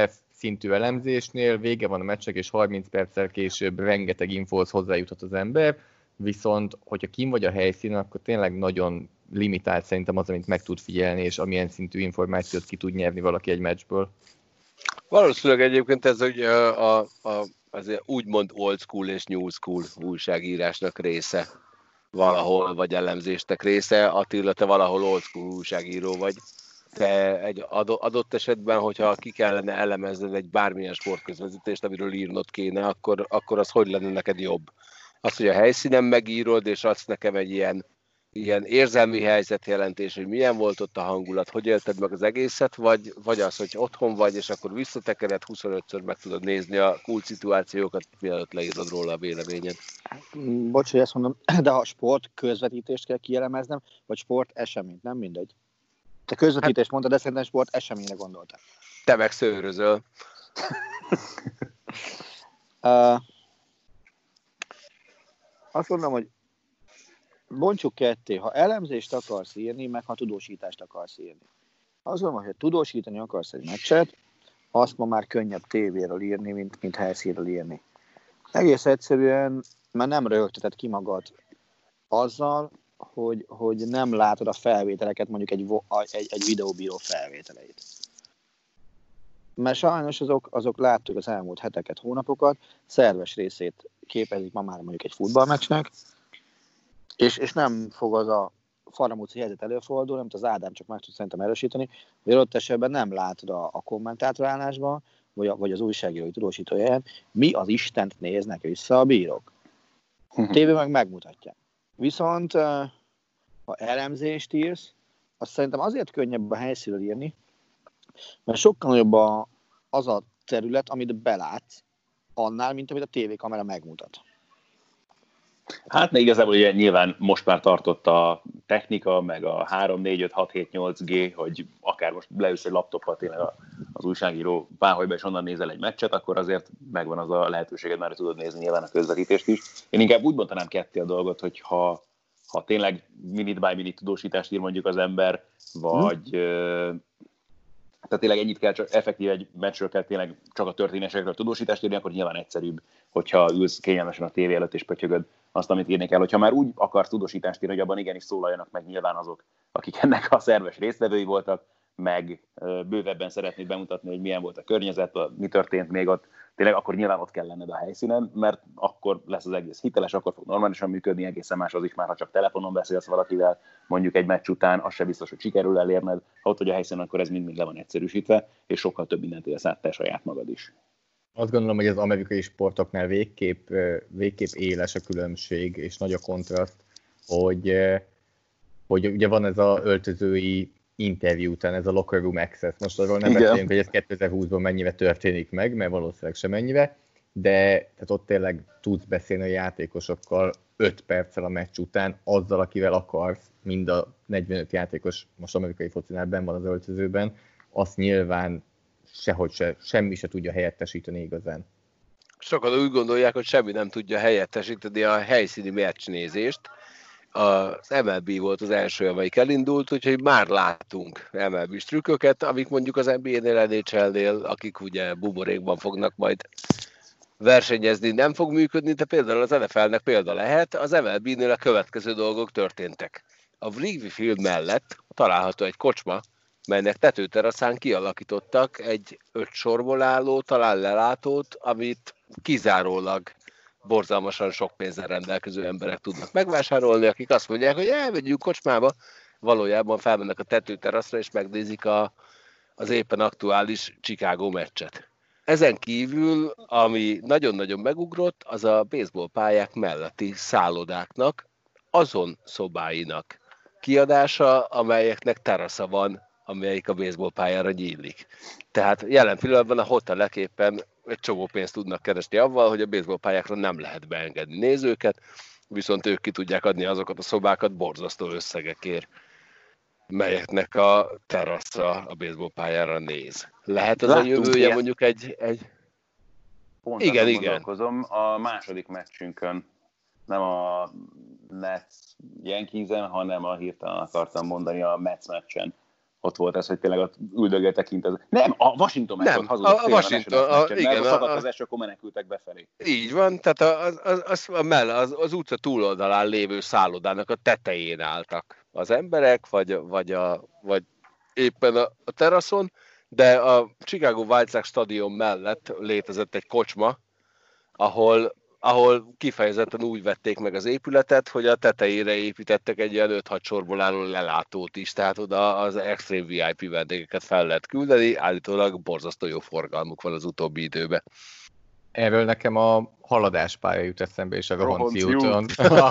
S3: szintű elemzésnél vége van a meccsnek, és 30 perccel később rengeteg infóhoz hozzájuthat az ember, viszont hogyha kim vagy a helyszínen, akkor tényleg nagyon limitált szerintem az, amit meg tud figyelni, és amilyen szintű információt ki tud nyerni valaki egy meccsből.
S4: Valószínűleg egyébként ez ugye az úgymond old school és new school újságírásnak része valahol, vagy elemzéstek része. Attila, te valahol old school újságíró vagy. Te egy adott esetben, hogyha ki kellene elemezned egy bármilyen sportközvetítést, amiről írnod kéne, akkor az hogy lenne neked jobb? Az, hogy a helyszínen megírod, és adsz nekem egy ilyen érzelmi helyzetjelentés, hogy milyen volt ott a hangulat, hogy élted meg az egészet, vagy az, hogy otthon vagy, és akkor visszatekered, 25-ször meg tudod nézni a kult szituációkat, mielőtt leírod róla a véleményed.
S5: Bocs, hogy ezt mondom, de ha sport közvetítést kell kielemeznem, vagy sport eseményt, nem mindegy. Te közvetítést mondtad, de szerintem sport eseményre gondoltál.
S4: Te meg szőrözöl.
S5: Azt mondom, hogy bontsuk ketté, ha elemzést akarsz írni, meg ha tudósítást akarsz írni. Azt mondom, hogy ha tudósítani akarsz egy meccset, azt ma már könnyebb tévéről írni, mint helyszínről írni. Egész egyszerűen, mert nem rögteted ki magad azzal, hogy nem látod a felvételeket, mondjuk egy videóbíró felvételeit. Mert sajnos azok láttuk az elmúlt heteket, hónapokat, szerves részét képezik ma már mondjuk egy futballmeccsnek, és nem fog az a faramúci helyzet előfordulni, amit az Ádám csak meg tud szerintem erősíteni, hogy adott esetben nem látod a kommentátorálásban, vagy az újságírói tudósítóján, mi az Istent néznek vissza a bírók. A tévé meg megmutatja. Viszont ha elemzést írsz, azt szerintem azért könnyebb a helyszínről írni, mert sokkal nagyobb az a terület, amit belátsz, annál, mint amit a tévékamera megmutat.
S6: Hát ne igazából ugye nyilván most már tartott a technika, meg a 3, 4, 5, 6, 7, 8G, hogy akár most leülsz egy laptoppal tényleg az újságíró páholyba, és onnan nézel egy meccset, akkor azért megvan az a lehetőséged, már tudod nézni nyilván a közvetítést is. Én inkább úgy mondanám ketté a dolgot, hogy ha tényleg minute by minute tudósítást ír mondjuk az ember, vagy tehát tényleg ennyit kell, csak effektív egy meccsről kell tényleg csak a történésekről tudósítást írni, akkor nyilván egyszerűbb, hogyha ülsz kényelmesen a tévé előtt és pötyögöd azt, amit írni kell. Hogyha már úgy akarsz tudósítást írni, hogy abban igenis szólaljanak meg nyilván azok, akik ennek a szerves résztvevői voltak, meg bővebben szeretnéd bemutatni, hogy milyen volt a környezet, mi történt még ott, tényleg akkor nyilván ott kell lenned a helyszínen, mert akkor lesz az egész hiteles, akkor fog normálisan működni, egészen más az is már, ha csak telefonon beszélsz valakivel, mondjuk egy meccs után, az se biztos, hogy sikerül elérned, ha ott vagy a helyszínen, akkor ez mind le van egyszerűsítve, és sokkal több mindent élsz át te saját magad is.
S3: Azt gondolom, hogy az amerikai sportoknál végképp éles a különbség, és nagy a kontraszt, hogy ugye van ez az öltözői interjú után, ez a locker room access. Most arról nem beszélünk, hogy ez 2020-ban mennyire történik meg, mert valószínűleg sem mennyire, de tehát ott tényleg tudsz beszélni a játékosokkal 5 perccel a meccs után, azzal, akivel akarsz, mind a 45 játékos most amerikai focinál benn van az öltözőben, azt nyilván semmi se tudja helyettesíteni igazán.
S4: Sokan úgy gondolják, hogy semmi nem tudja helyettesíteni a helyszíni meccsnézést. Az MLB volt az első, amelyik elindult, úgyhogy már láttunk MLB-s trükköket, amik mondjuk az NBA-nél, NHL-nél, akik ugye buborékban fognak majd versenyezni, nem fog működni, de például az NFL-nek példa lehet, az MLB-nél a következő dolgok történtek. A Wrigley Field mellett található egy kocsma, melynek tetőteraszán kialakítottak egy 5 sorból álló, talán lelátót, amit kizárólag borzalmasan sok pénzzel rendelkező emberek tudnak megvásárolni, akik azt mondják, hogy elmegyünk kocsmába, valójában felmennek a tetőteraszra és megnézik az éppen aktuális Chicago meccset. Ezen kívül, ami nagyon-nagyon megugrott, az a baseball pályák melletti szállodáknak, azon szobáinak kiadása, amelyeknek terasza van, amelyik a baseball pályára nyílik. Tehát jelen pillanatban a hotelek éppen egy csomó pénzt tudnak keresni avval, hogy a baseball pályákra nem lehet beengedni nézőket, viszont ők ki tudják adni azokat a szobákat borzasztó összegekért, melyeknek a teraszra a baseball pályára néz. Lehet az a jövője ilyen. Mondjuk egy...
S6: Pont
S4: igen.
S6: Gondolkozom, a második meccsünkön, nem a Nets Yankees-en, hanem hirtelen akartam mondani a Mets meccsen, ott volt ez, hogy tényleg ott üldögéltek kint. Nem, a Washington meccs volt, hazudok.
S4: A Washington,
S6: igen. Szakadt az eső, akkor menekültek befelé.
S4: Így van, tehát az utca túloldalán lévő szállodának a tetején álltak az emberek, vagy éppen a teraszon, de a Chicago White Sox stadion mellett létezett egy kocsma, ahol kifejezetten úgy vették meg az épületet, hogy a tetejére építettek egy ilyen 5-6 sorból álló lelátót is, tehát oda az extrém VIP vendégeket fel lehet küldeni, állítólag borzasztó jó forgalmuk van az utóbbi időben.
S3: Erről nekem a haladáspálya jut eszembe, és a Rohonci úton.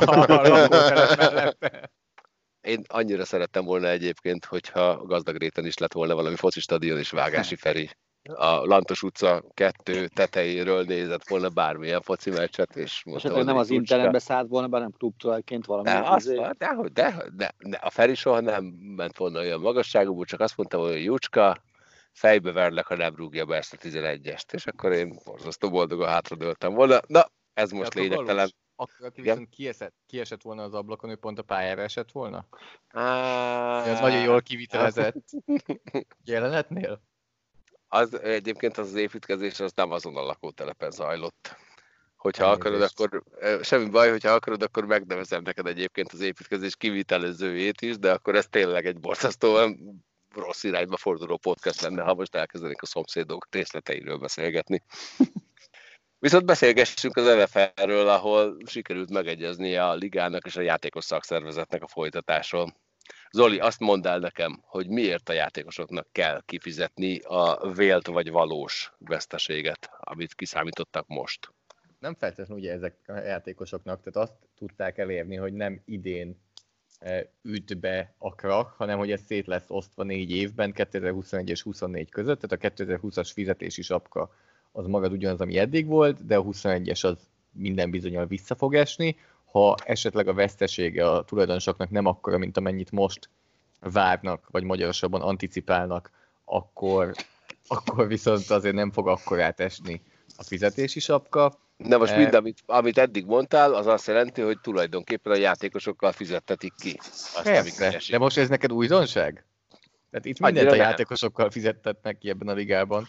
S4: Én annyira szerettem volna egyébként, hogyha Gazdag Réten is lett volna valami foci stadion, és Vágási Feri a Lantos utca 2 tetejéről nézett volna bármilyen foci meccset, és
S5: mondta, nem az internetbe szállt volna, bár nem klubtulajként valami.
S4: De a Feri soha nem ment volna olyan magasságú, csak azt mondta, hogy Jucska, fejbe verlek, ha nem rúgja be ezt a 11-est, és akkor én borzasztó boldogan hátradőltem volna. Na, ez most lényegtelen.
S3: Akkor aki viszont kiesett volna az ablakon, ő pont a pályára esett volna? Ez nagyon jól kivitelezett jelenetnél?
S4: Egyébként az építkezés az nem azon a lakótelepen zajlott. Hogyha akarod, akkor semmi baj, hogyha akarod, akkor megnevezem neked egyébként az építkezés kivitelezőjét is, de akkor ez tényleg egy borzasztóan rossz irányba forduló podcast lenne, ha most elkezdenék a szomszédok részleteiről beszélgetni. Viszont beszélgessünk az NFL-ről, ahol sikerült megegyezni a ligának és a játékos szakszervezetnek a folytatásról. Zoli, azt mondd el nekem, hogy miért a játékosoknak kell kifizetni a vélt vagy valós veszteséget, amit kiszámítottak most?
S3: Nem feltétlenül ugye ezek a játékosoknak, tehát azt tudták elérni, hogy nem idén üt be a krak, hanem hogy ez szét lesz osztva 4 évben, 2021 és 24 között, tehát a 2020-as fizetési sapka az magad ugyanaz, ami eddig volt, de a 21-es az minden bizonnyal vissza fog esni. Ha esetleg a vesztesége a tulajdonosoknak nem akkora, mint amennyit most várnak, vagy magyarosabban anticipálnak, akkor viszont azért nem fog akkorát esni a fizetési sapka.
S4: De most mind, amit eddig mondtál, az azt jelenti, hogy tulajdonképpen a játékosokkal fizettetik ki.
S3: Persze, de most ez neked újdonság? Tehát itt mindent a játékosokkal fizettetnek ki ebben a ligában.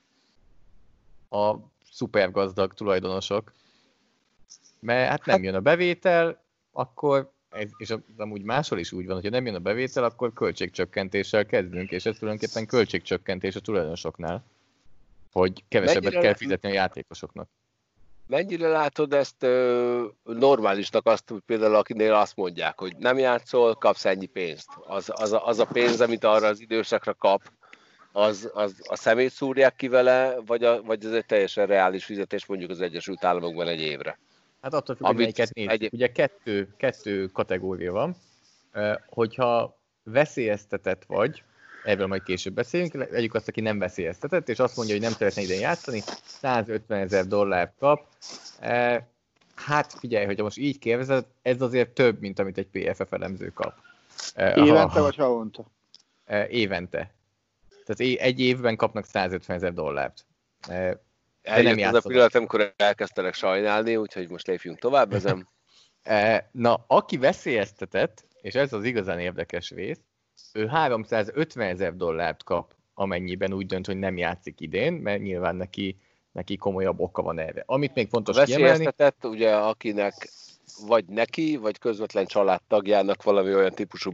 S3: A szupergazdag tulajdonosok. Mert hát nem jön a bevétel, akkor, és amúgy máshol is úgy van, hogyha nem jön a bevétel, akkor költségcsökkentéssel kezdünk, és ez tulajdonképpen költségcsökkentés a tulajdonosoknál, hogy kevesebbet kell fizetni a játékosoknak.
S4: Mennyire látod ezt normálisnak azt, hogy például akinél azt mondják, hogy nem játszol, kapsz ennyi pénzt. Az a pénz, amit arra az időszakra kap, az a szemét szúrják ki vele, vagy ez egy teljesen reális fizetés mondjuk az Egyesült Államokban egy évre?
S3: Hát attól függ, hogy melyiket nézzük. Ugye kettő kategória van. Hogyha veszélyeztetett vagy, erről majd később beszélünk, vegyük azt, aki nem veszélyeztetett, és azt mondja, hogy nem szeretne idén játszani, $150,000 kap. Hát figyelj, hogyha most így kérdezed, ez azért több, mint amit egy PFF elemző kap.
S5: Évente vagy havonta?
S3: Évente. Tehát egy évben kapnak $150,000.
S4: Eljött az a pillanat, amikor elkezdtelek sajnálni, úgyhogy most lépjünk tovább ezen.
S3: Na, aki veszélyeztetett, és ez az igazán érdekes rész, ő $350,000 kap, amennyiben úgy dönt, hogy nem játszik idén, mert nyilván neki komolyabb oka van erre. Amit még fontos kiemelni...
S4: Veszélyeztetett, ugye akinek vagy neki, vagy közvetlen családtagjának valami olyan típusú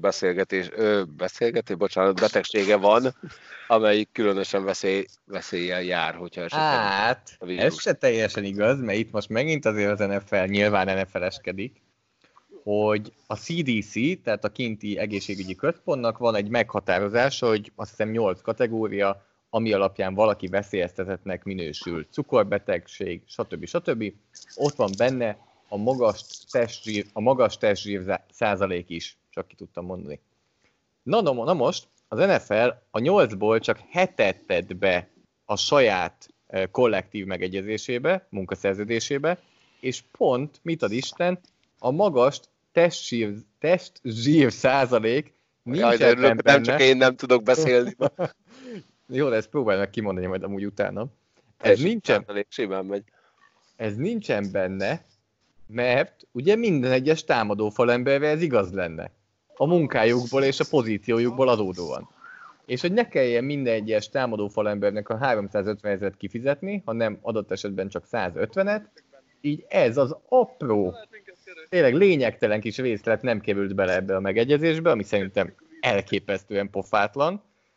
S4: betegsége van, amelyik különösen veszéllyel jár, hogyha esetleg
S3: hát, ez se teljesen igaz, mert itt most megint azért az NFL nyilván NFL-eskedik, hogy a CDC, tehát a kinti egészségügyi központnak van egy meghatározása, hogy azt hiszem 8 kategória, ami alapján valaki veszélyeztetettnek minősül. Cukorbetegség, stb. Ott van benne a magas testzsír százalék is, csak ki tudtam mondani. Na most az NFL a 8-ból csak 7-et tett be a saját kollektív megegyezésébe, munkaszerződésébe, és pont, mit ad Isten, a magas testzsír százalék nincs ebben benne.
S4: Nem csak én nem tudok beszélni.
S3: Jó, de ezt próbálj meg kimondani majd amúgy utána. Ez nincsen benne, mert ugye minden egyes támadó falemberre ez igaz lenne. A munkájukból és a pozíciójukból adódóan. és hogy ne kelljen minden egyes támadó falembernek a 350 000-et kifizetni, hanem adott esetben csak 150-et, így ez az apró, tényleg lényegtelen kis részlet nem került bele ebbe a megegyezésbe, ami szerintem elképesztően pofátlan.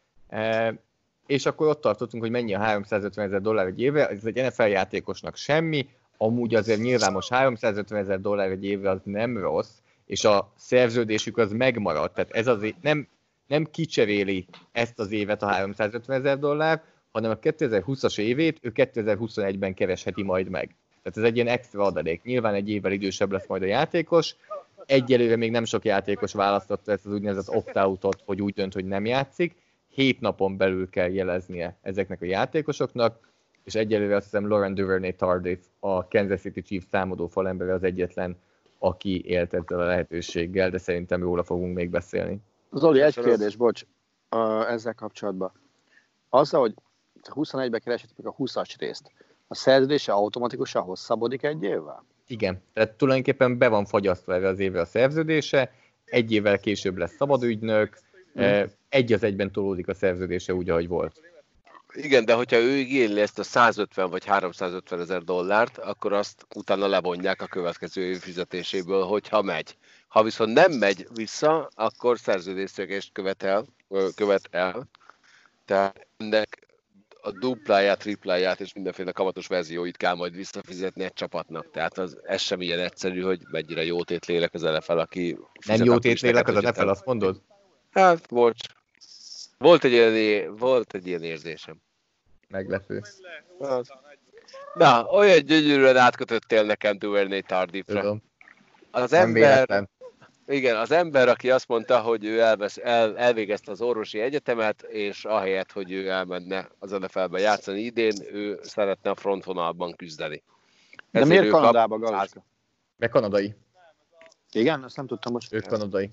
S3: És akkor ott tartottunk, hogy mennyi a 350 000 egy évre, ez egy NFL játékosnak semmi, amúgy azért nyilván most 350 000 egy évre az nem rossz, és a szerződésük az megmaradt, tehát ez azért nem kicseréli ezt az évet a 350 000 hanem a 2020-as évét ő 2021-ben keresheti majd meg. Tehát ez egy ilyen extra adalék. Nyilván egy évvel idősebb lesz majd a játékos, egyelőre még nem sok játékos választotta ezt az úgynevezett opt-outot, hogy úgy dönt, hogy nem játszik, 7 napon belül kell jeleznie ezeknek a játékosoknak, és egyelőre azt hiszem Laurent Duvernay-Tardif, a Kansas City Chiefs támadó falembere az egyetlen, aki élt ezzel a lehetőséggel, de szerintem róla fogunk még beszélni.
S5: Zoli, egy kérdés, bocs, ezzel kapcsolatban. Azzal, hogy 21-ben keresett meg a 20-as részt, a szerződése automatikusan hosszabbodik egy évvel?
S3: Igen, tehát tulajdonképpen be van fagyasztva erre az évre a szerződése, egy évvel később lesz szabadügynök, egy az egyben tolódik a szerződése úgy, ahogy volt.
S4: Igen, de hogyha ő igényli ezt a 150 vagy 350 000 $, akkor azt utána levonják a következő év fizetéséből, hogyha megy. Ha viszont nem megy vissza, akkor szerződésszegést követ el. Tehát ennek a dupláját, tripláját és mindenféle kamatos verzióit kell majd visszafizetni egy csapatnak. Tehát ez sem ilyen egyszerű, hogy mennyire jó tétlélek az NFL, aki...
S3: Nem jó tétlélek az NFL, azt mondod?
S4: Hát, bocs. Volt egy ilyen érzésem.
S3: Meglepő.
S4: Na, olyan gyönyörűen átkötöttél nekem Duvernay-Tardifra.
S3: Tudom.
S4: Az
S3: Nem
S4: ember...
S3: véletlen.
S4: Igen, az ember, aki azt mondta, hogy ő elvégezte az orvosi egyetemet, és ahelyett, hogy ő elmenne az NFL-be játszani idén, ő szeretne a frontvonalban küzdeni.
S5: De miért Kanadába, Galuska?
S3: Mert kanadai.
S5: Igen, azt nem tudtam most.
S3: Ő kanadai.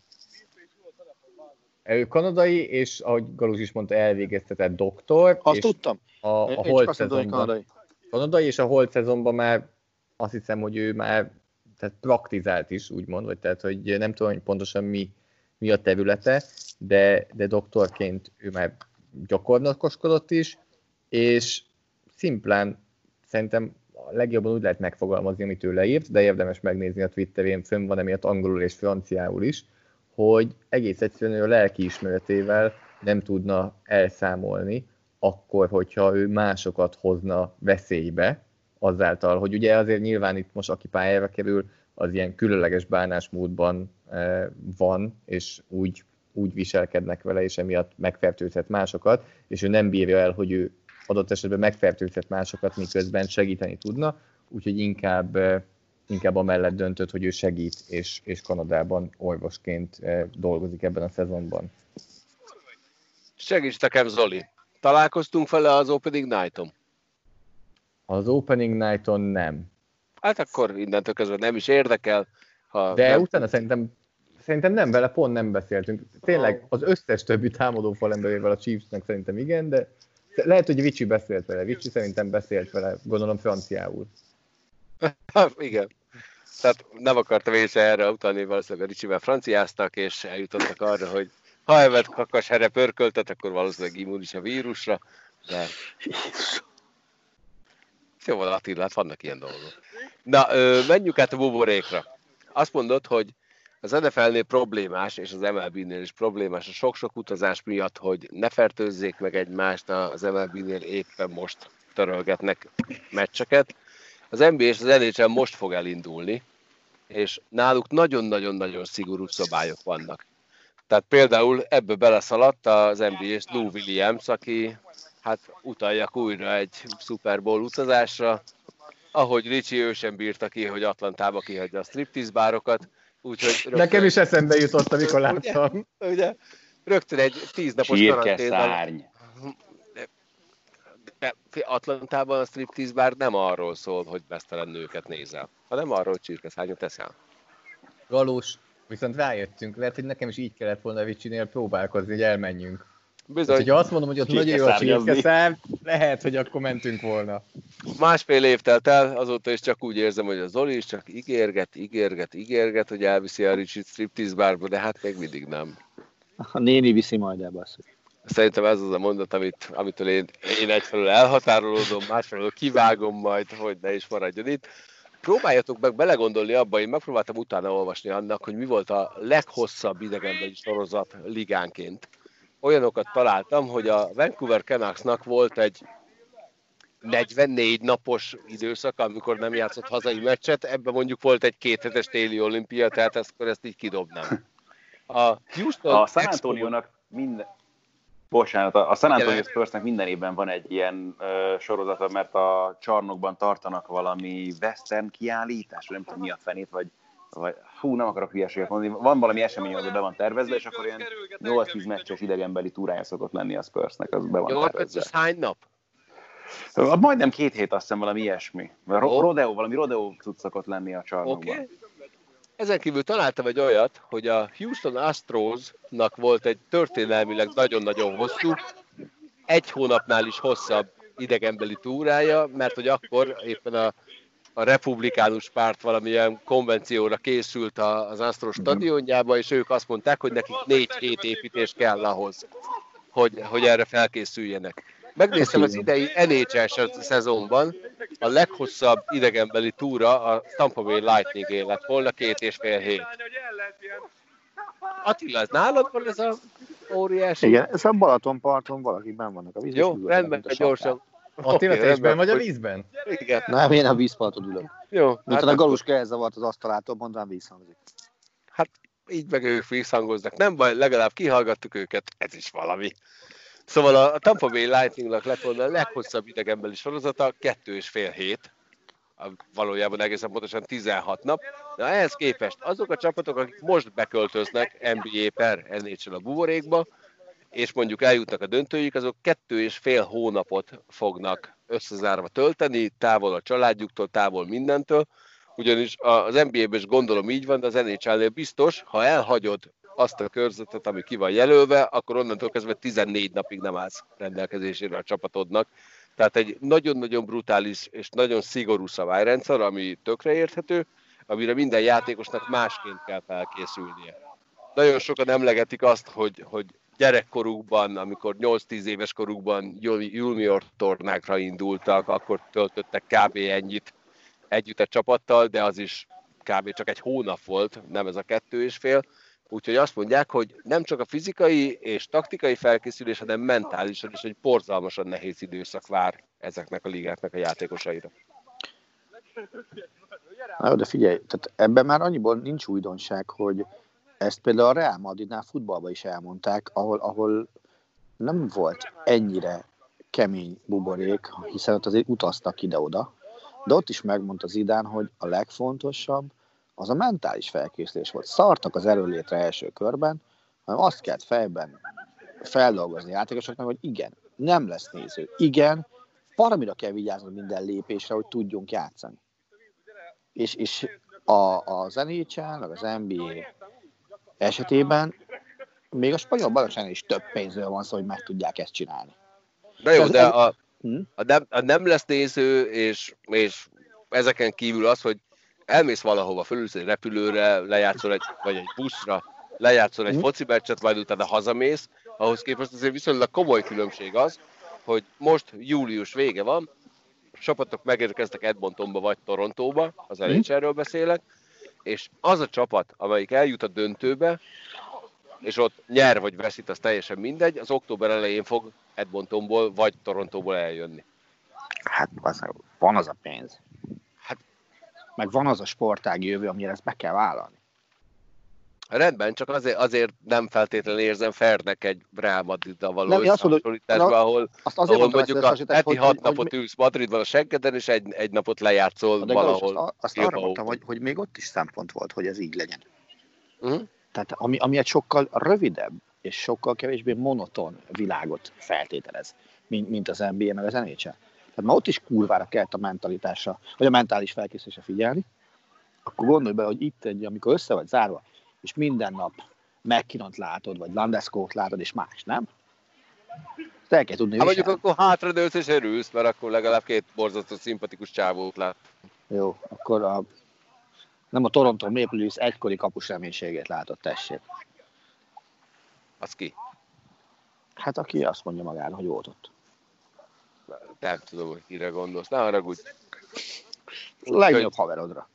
S3: Ő kanadai, és ahogy Galus is mondta, elvégezte, tehát doktor.
S5: Azt
S3: és
S5: tudtam.
S3: A holt szezonban kanadai, és a holt szezonban már azt hiszem, hogy ő már tehát praktizált is, úgymond, vagy tehát, hogy nem tudom, hogy pontosan mi a területe, de doktorként ő már gyakornokoskodott is, és szimplán szerintem a legjobban úgy lehet megfogalmazni, amit ő leírt, de érdemes megnézni a Twitterén, fönn van emiatt angolul és franciául is, hogy egész egyszerűen ő a lelkiismeretével nem tudna elszámolni, akkor, hogyha ő másokat hozna veszélybe, azáltal, hogy ugye azért nyilván itt most aki pályára kerül, az ilyen különleges bánásmódban van, és úgy viselkednek vele, és emiatt megfertőzhet másokat, és ő nem bírja el, hogy ő adott esetben megfertőzhet másokat, miközben segíteni tudna, úgyhogy inkább amellett döntött, hogy ő segít, és Kanadában orvosként dolgozik ebben a szezonban.
S4: Segíts nekem, Zoli! Találkoztunk vele az Opening Night-on?
S3: Az Opening Night-on nem.
S4: Hát akkor innentől kezdve nem is érdekel.
S3: De
S4: nem...
S3: utána szerintem nem, vele pont nem beszéltünk. Tényleg az összes többi támadó falemberével a Chiefsnek szerintem igen, de lehet, hogy Vicsi beszélt vele. Vicsi szerintem beszélt vele, gondolom franciául.
S4: Igen. Tehát nem akartam én se erre utalni, valószínűleg a Ricsivel franciáztak, és eljutottak arra, hogy ha evet kakas herre pörköltet, akkor valószínűleg immunis a vírusra, de... Jó van, Attila, hát vannak ilyen dolgok. Na, menjünk át a buborékra. Azt mondod, hogy az NFL-nél problémás, és az MLB-nél is problémás a sok-sok utazás miatt, hogy ne fertőzzék meg egymást, az MLB-nél éppen most törölgetnek meccseket. Az NBA és az NHL most fog elindulni, és náluk nagyon-nagyon-nagyon szigorú szabályok vannak. Tehát például ebbe beleszaladt az NBA-s Lou Williams, aki hát utaljak újra egy Super Bowl utazásra, ahogy Ricsi ő sem bírta ki, hogy Atlantába kihagyja a striptease bárokat. Úgyhogy
S3: nekem is eszembe jutott, amikor láttam.
S4: Ugye? Rögtön egy 10 napos
S6: karanténban.
S4: De Atlantában a striptease bár nem arról szól, hogy mesztelen nőket nézel, hanem arról, hogy csirkeszárnyat eszel.
S3: Galós, viszont rájöttünk, lehet, hogy nekem is így kellett volna Vicsinél próbálkozni, hogy elmenjünk.
S4: Bizony.
S3: Ha azt mondom, hogy ott nagyon jó a csirkeszár, lehet, hogy akkor mentünk volna.
S4: Másfél év telt el, azóta is csak úgy érzem, hogy a Zoli is csak ígérget, hogy elviszi a Ricsit striptease bárba, de hát még mindig nem.
S5: A néni viszi majd el, basszus.
S4: Szerintem ez az a mondat, amitől én egyfelől elhatárolódom, másfelől kivágom majd, hogy ne is maradjon itt. Próbáljatok meg belegondolni abba, én megpróbáltam utána olvasni annak, hogy mi volt a leghosszabb idegenbeli sorozat ligánként. Olyanokat találtam, hogy a Vancouver Canucksnak volt egy 44 napos időszak, amikor nem játszott hazai meccset, ebben mondjuk volt egy 2 hetes téli olimpia, tehát ezt így kidobnám. A
S6: San Antonio-nak a San Antonio Spursnek minden évben van egy ilyen sorozata, mert a csarnokban tartanak valami western kiállítás, nem tudom mi a fenét, vagy nem akarok hülyeséget mondani, van valami esemény, ahol be van tervezve, és akkor ilyen 8-10 meccses idegenbeli túrája szokott lenni a Spursnek, az be van tervezve.
S4: 8 hány nap?
S6: Majdnem 2 hét, azt hiszem valami ilyesmi. Valami rodeo cucc szokott lenni a csarnokban.
S4: Okay. Ezen kívül találtam egy olyat, hogy a Houston Astrosnak volt egy történelmileg nagyon-nagyon hosszú, 1 hónapnál is hosszabb idegenbeli túrája, mert hogy akkor éppen a republikánus párt valamilyen konvencióra készült az Astros stadionjába, és ők azt mondták, hogy nekik 4 hét építés kell ahhoz, hogy erre felkészüljenek. Megnéztem az idei NHL szezonban, a leghosszabb idegenbeli túra a Tampa Bay Lightning-é lett volna 2,5 hét. Attila, ez nálad van ez a óriási?
S5: Igen, ez a Balatonparton valaki benn vannak a vízben.
S4: Jó, rendben, gyorsan.
S3: Attila, te is benn vagy a vízben?
S4: Igen.
S5: Nem, én a vízparton ülök.
S4: Jó.
S5: Miután a Galuska elzavart az asztalától, mondván vízhangzik.
S4: Hát így meg ők visszhangoznak. Nem baj, legalább kihallgattuk őket, ez is valami. Szóval a Tampa Bay Lightningnak lett volna a leghosszabb idegenbeli sorozata, 2,5 hét, valójában egészen pontosan 16 nap. De ehhez képest azok a csapatok, akik most beköltöznek NBA per NHL a buborékba, és mondjuk eljutnak a döntőjük, azok 2,5 hónapot fognak összezárva tölteni, távol a családjuktól, távol mindentől, ugyanis az NBA-ben is gondolom így van, de az NHL-nél biztos, ha elhagyod azt a körzetet, ami ki van jelölve, akkor onnantól kezdve 14 napig nem állsz rendelkezésére a csapatodnak. Tehát egy nagyon-nagyon brutális és nagyon szigorú szabályrendszer, ami tökre érthető, amire minden játékosnak másként kell felkészülnie. Nagyon sokan emlegetik azt, hogy gyerekkorukban, amikor 8-10 éves korukban junior tornákra indultak, akkor töltöttek kb. Ennyit együtt a csapattal, de az is kb. Csak 1 hónap volt, nem ez a 2,5. Úgyhogy azt mondják, hogy nem csak a fizikai és taktikai felkészülés, hanem mentálisan is egy borzalmasan nehéz időszak vár ezeknek a ligáknak a játékosaira.
S5: Na, de figyelj, tehát ebben már annyiból nincs újdonság, hogy ezt például a Real Madridnál futballban is elmondták, ahol nem volt ennyire kemény buborék, hiszen ott azért utaztak ide-oda, de ott is megmondta Zidane, hogy a legfontosabb az a mentális felkészülés volt. Szartak az erőlétre első körben, hanem azt kellett fejben feldolgozni játékosoknak, hogy igen, nem lesz néző. Igen, valamire kell vigyázni minden lépésre, hogy tudjunk játszani. És az NHL, az NBA esetében még a spanyol bajnokságnál is több pénzről van szó, hogy meg tudják ezt csinálni.
S4: De jó, de a nem lesz néző, és ezeken kívül az, hogy elmész valahova, fölülsz egy repülőre, lejátszol vagy egy buszra, lejátszol egy foci meccset, majd utána hazamész, ahhoz képest azért viszonylag komoly különbség az, hogy most július vége van, csapatok megérkeztek Edmontonba vagy Torontóba, az NHL-ről beszélek, és az a csapat, amelyik eljut a döntőbe, és ott nyer vagy veszít, az teljesen mindegy, az október elején fog Edmontonból vagy Torontóból eljönni.
S5: Hát van az a pénz. Meg van az a sportági jövő, amire ezt be kell vállalni.
S4: Rendben, csak azért nem feltétlenül érzem fairnek egy Real Madriddal való összehasonlításban, ahol mondjuk a heti 6 napot ülsz Madridban a senkeden, és egy napot lejátszol valahol.
S5: Azt arra mondtam, hogy még ott is szempont volt, hogy ez így legyen. Tehát ami egy sokkal rövidebb és sokkal kevésbé monoton világot feltételez, mint az NBA meg az NHL. Tehát ma ott is kurvára kellett a mentalitásra, vagy a mentális felkészülésre figyelni, akkor gondolj be, hogy itt amikor össze vagy zárva, és minden nap McKinnont látod, vagy Landeskót látod, és más, nem? Ezt el kell tudni viselni.
S4: Mondjuk akkor hátradőlsz és örülsz, mert akkor legalább 2 borzasztó szimpatikus csávót lát.
S5: Jó, akkor nem a Toronto Maple Leafs egykori kapus reménységét látott, tessék.
S4: Az ki?
S5: Hát aki azt mondja magára, hogy volt ott.
S4: Nem tudom, hogy kire gondolsz. Ne haragudj.
S5: Legnagyobb haverodra.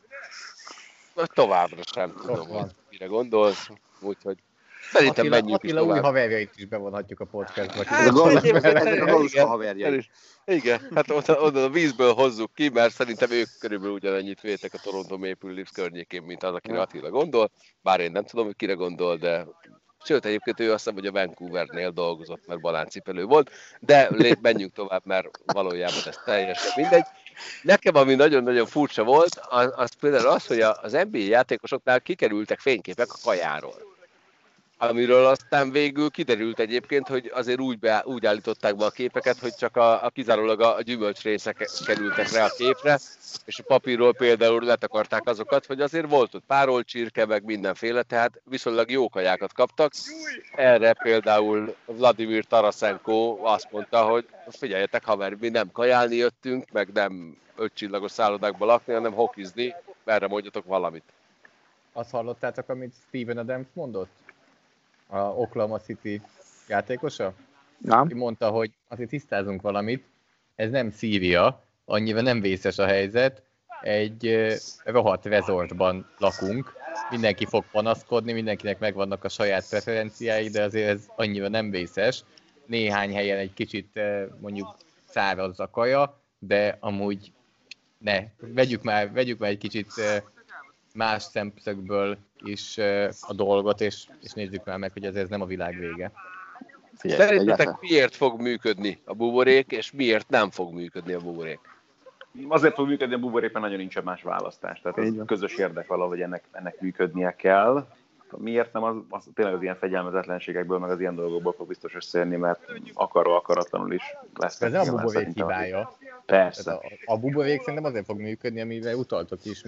S4: Továbbra sem tudom, hogy kire gondolsz. Úgyhogy szerintem menjünk is
S3: Attila új
S4: tovább.
S3: haverjait is bevonhatjuk a podcastba.
S5: Ezek a Galuska haverjai.
S4: Igen, hát oda a vízből hozzuk ki, mert szerintem ők körülbelül ugyanannyit vétek a Toronto Maple Leafs környékén, mint az, akire Attila gondol. Bár én nem tudom, hogy kire gondol, de sőt, egyébként ő azt hiszem, hogy a Vancouvernél dolgozott, mert baláncipelő volt, de menjünk tovább, mert valójában ez teljesen mindegy. Nekem ami nagyon-nagyon furcsa volt, az például az, hogy az NBA játékosoknál kikerültek fényképek a kajáról. Amiről aztán végül kiderült egyébként, hogy azért úgy állították be a képeket, hogy csak kizárólag a gyümölcsrészek kerültek rá a képre, és a papírról például letakarták azokat, hogy azért volt ott párolcsirke, meg mindenféle, tehát viszonylag jó kajákat kaptak. Erre például Vladimir Tarasenko azt mondta, hogy figyeljetek haver, mi nem kajálni jöttünk, meg nem 5 csillagos szállodákba lakni, hanem hokizni, erre mondjatok valamit.
S3: Azt hallottátok, amit Steven Adams mondott? A Oklahoma City játékosa?
S5: Nem?
S3: Ki mondta, hogy azért tisztázunk valamit, ez nem Szíria, annyira nem vészes a helyzet, egy rohadt resortban lakunk, mindenki fog panaszkodni, mindenkinek megvannak a saját preferenciái, de azért ez annyira nem vészes. Néhány helyen egy kicsit mondjuk száraz a kaja, de amúgy vegyük már egy kicsit más szemszögből is a dolgot, és nézzük már meg, hogy ez nem a világ vége.
S4: Szerintetek miért fog működni a buborék, és miért nem fog működni a buborék?
S6: Azért fog működni a buborék, mert nagyon nincsen más választás. Tehát ez közös érdek valahogy ennek működnie kell. Miért nem, az tényleg az ilyen fegyelmezetlenségekből, meg az ilyen dolgokból fog biztos összejönni, mert akaratlanul is lesz.
S3: Ez nem a buborék hibája.
S6: Persze.
S3: A buborék szerintem azért fog működni, amivel utaltok is,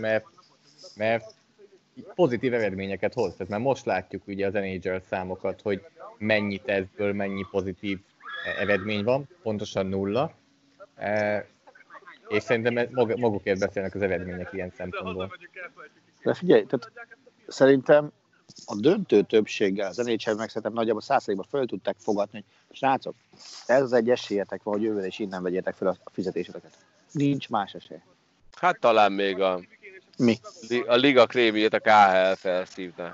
S3: mert pozitív eredményeket hoz. Tehát már most látjuk ugye az NHL számokat, hogy mennyi tesztből mennyi pozitív eredmény van, pontosan 0. És szerintem magukért beszélnek az eredmények ilyen szempontból.
S5: De figyelj, tehát szerintem a döntő többséggel az NHL meg szerintem nagyjából 100%-ban föl tudták fogadni, hogy srácok, ez az egy esélyetek van, hogy jövőre is innen vegyétek fel a fizetéseteket. Nincs más esély.
S4: Hát talán még a liga krémjét a KHL felszívná.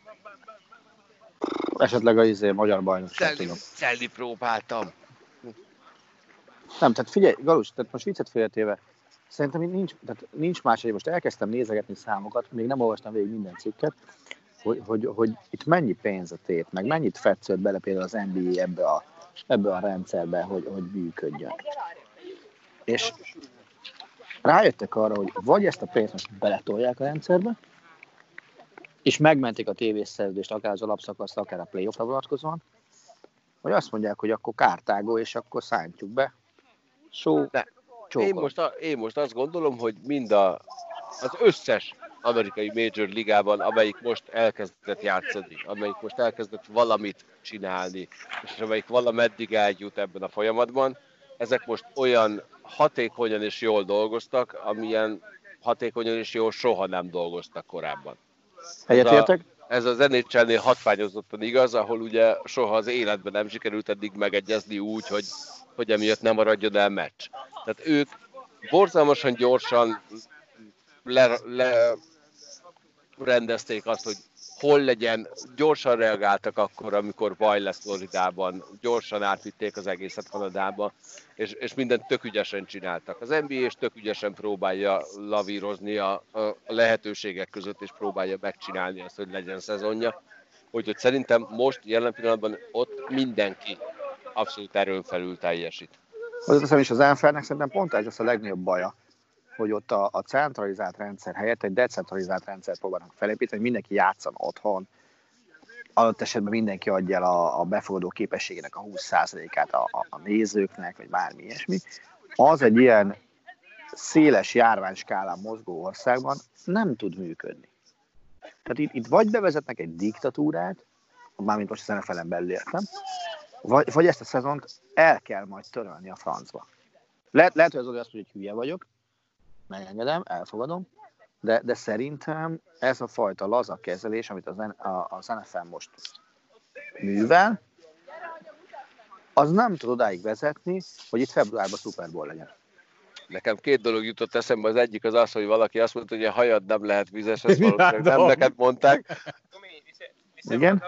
S5: Esetleg a magyar bajnokság, tudom.
S4: Szelli próbáltam.
S5: Nem, tehát figyelj, Galus, tehát most viccet félretéve, szerintem nincs más, hogy most elkezdtem nézegetni számokat, még nem olvastam végig minden cikket, hogy itt mennyi pénz a tét, meg mennyit fetszott bele például az NBA ebbe a rendszerbe, hogy működjön. És rájöttek arra, hogy vagy ezt a pénzt most beletolják a rendszerbe, és megmentik a tévészerződést akár az alapszakaszt, akár a playoffra vonatkozóan, vagy azt mondják, hogy akkor kártágó, és akkor szántjuk be.
S4: Én most azt gondolom, hogy mind az összes amerikai Major Ligában, amelyik most elkezdett játszani, amelyik most elkezdett valamit csinálni, és amelyik valameddig eljut ebben a folyamatban, ezek most olyan hatékonyan és jól dolgoztak, amilyen hatékonyan és jól soha nem dolgoztak korábban.
S5: Egyetértek?
S4: Ez az NHL-nél hatványozottan igaz, ahol ugye soha az életben nem sikerült eddig megegyezni úgy, hogy emiatt nem maradjon el meccs. Tehát ők borzalmasan gyorsan rendezték azt, hogy hol legyen, gyorsan reagáltak akkor, amikor baj lesz Floridában, gyorsan átvitték az egészet Kanadába, és mindent tök ügyesen csináltak. Az NBA is tök ügyesen próbálja lavírozni a lehetőségek között, és próbálja megcsinálni azt, hogy legyen szezonja. Úgyhogy szerintem most jelen pillanatban ott mindenki abszolút erőn felül teljesít.
S5: Hozzáteszem is az NFL-nek szerintem pont ez lesz a legnagyobb baja, hogy ott a centralizált rendszer helyett egy decentralizált rendszert próbálnak felépíteni, hogy mindenki játszan otthon, adott esetben mindenki adja el a befogadó képességének a 20%-át a nézőknek, vagy bármi ilyesmi. Az egy ilyen széles járványskálán mozgó országban nem tud működni. Tehát itt vagy bevezetnek egy diktatúrát, mármint most a NFL-en belül értem, vagy ezt a szezont el kell majd törölni a francba. Lehet, hogy az azt, hogy hülye vagyok, megengedem, elfogadom, de szerintem ez a fajta laza kezelés, amit az NFL most művel, az nem tud odáig vezetni, hogy itt februárban Super Bowl legyen.
S4: Nekem 2 dolog jutott eszembe, az egyik az, hogy valaki azt mondta, hogy a hajad nem lehet vizes, ezt valószínűleg nem neked mondták.
S5: Igen?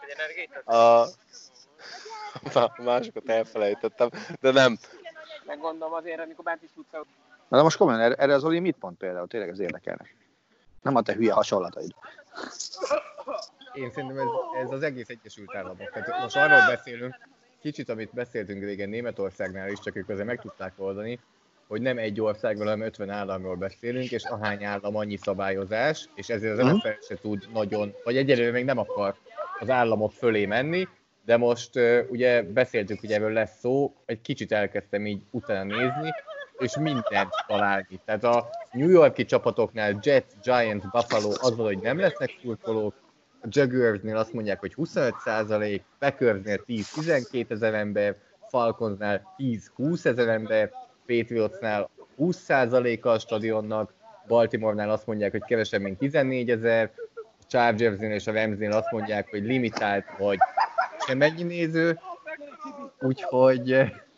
S4: A másokat elfelejtettem, de nem.
S7: Meggondolom azért, amikor bent is tudsz.
S5: Na de most komolyan, erre az Oli mit mond például? Tényleg ez érdekelne. Nem a te hülye hasonlataid.
S3: Én szerintem ez az egész Egyesült Államok. Tehát most arról beszélünk, kicsit, amit beszéltünk régen Németországnál is, csak ők azért meg tudták oldani, hogy nem egy országról, hanem 50 államról beszélünk, és ahány állam annyi szabályozás, és ezért az NFL se tud nagyon, vagy egyelőre még nem akar az államok fölé menni, de most ugye beszéltük, hogy erről lesz szó, egy kicsit elkezdtem így utána nézni, és mindent találni. Tehát a New York-i csapatoknál Jets, Giants, Buffalo azzal, hogy nem lesznek szurkolók, a Jaguarsnél azt mondják, hogy 25%, Packersnél 10-12 ezer ember, Falconsnál 10-20 ezer ember, Patriotsnál 20%-a a stadionnak, Baltimore-nál azt mondják, hogy kevesebb, mint 14 ezer, a Chargersnél és a Ramsnél azt mondják, hogy limitált vagy semennyi néző, úgyhogy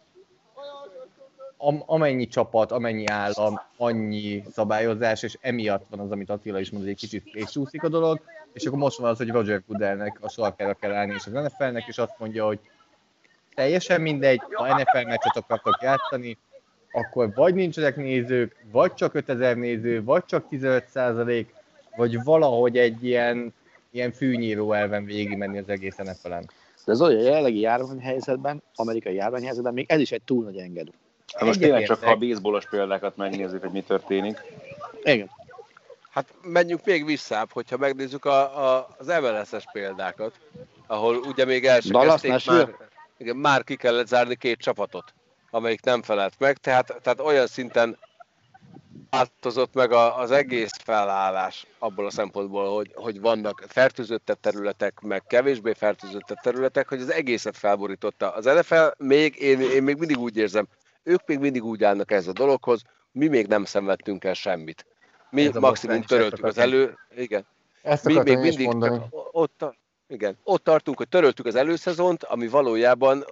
S3: amennyi csapat, amennyi állam, annyi szabályozás, és emiatt van az, amit Attila is mondott, egy kicsit késúszik a dolog, és akkor most van az, hogy Roger Goodellnek a sarkára kell állni, és az NFL-nek is azt mondja, hogy teljesen mindegy, ha NFL meccset akartok játszani, akkor vagy nincsenek nézők, vagy csak 5000 néző, vagy csak 15%, vagy valahogy egy ilyen fűnyíró elven végigmenni az egész NFL-en.
S5: De az olyan jelenlegi járványhelyzetben, amerikai járványhelyzetben még ez is egy túl nagy engedő.
S6: Most tényleg csak ha a baseballos példákat megnézzük, hogy mi történik.
S5: Igen.
S4: Hát menjünk még visszább, hogyha megnézzük az MLS-es példákat, ahol ugye még első kezdték, már ki kellett zárni 2 csapatot, amelyik nem felelt meg, tehát olyan szinten változott meg az egész felállás abból a szempontból, hogy vannak fertőzöttebb területek, meg kevésbé fertőzöttebb területek, hogy az egészet felborította. Az NFL én még mindig úgy érzem, ők még mindig úgy állnak ez a dologhoz, mi még nem szenvedtünk el semmit. Mi maximum töröltük az igen.
S3: Ezt
S4: mi még
S3: mindig mondani.
S4: Ott tartunk, hogy töröltük az előszezont, ami valójában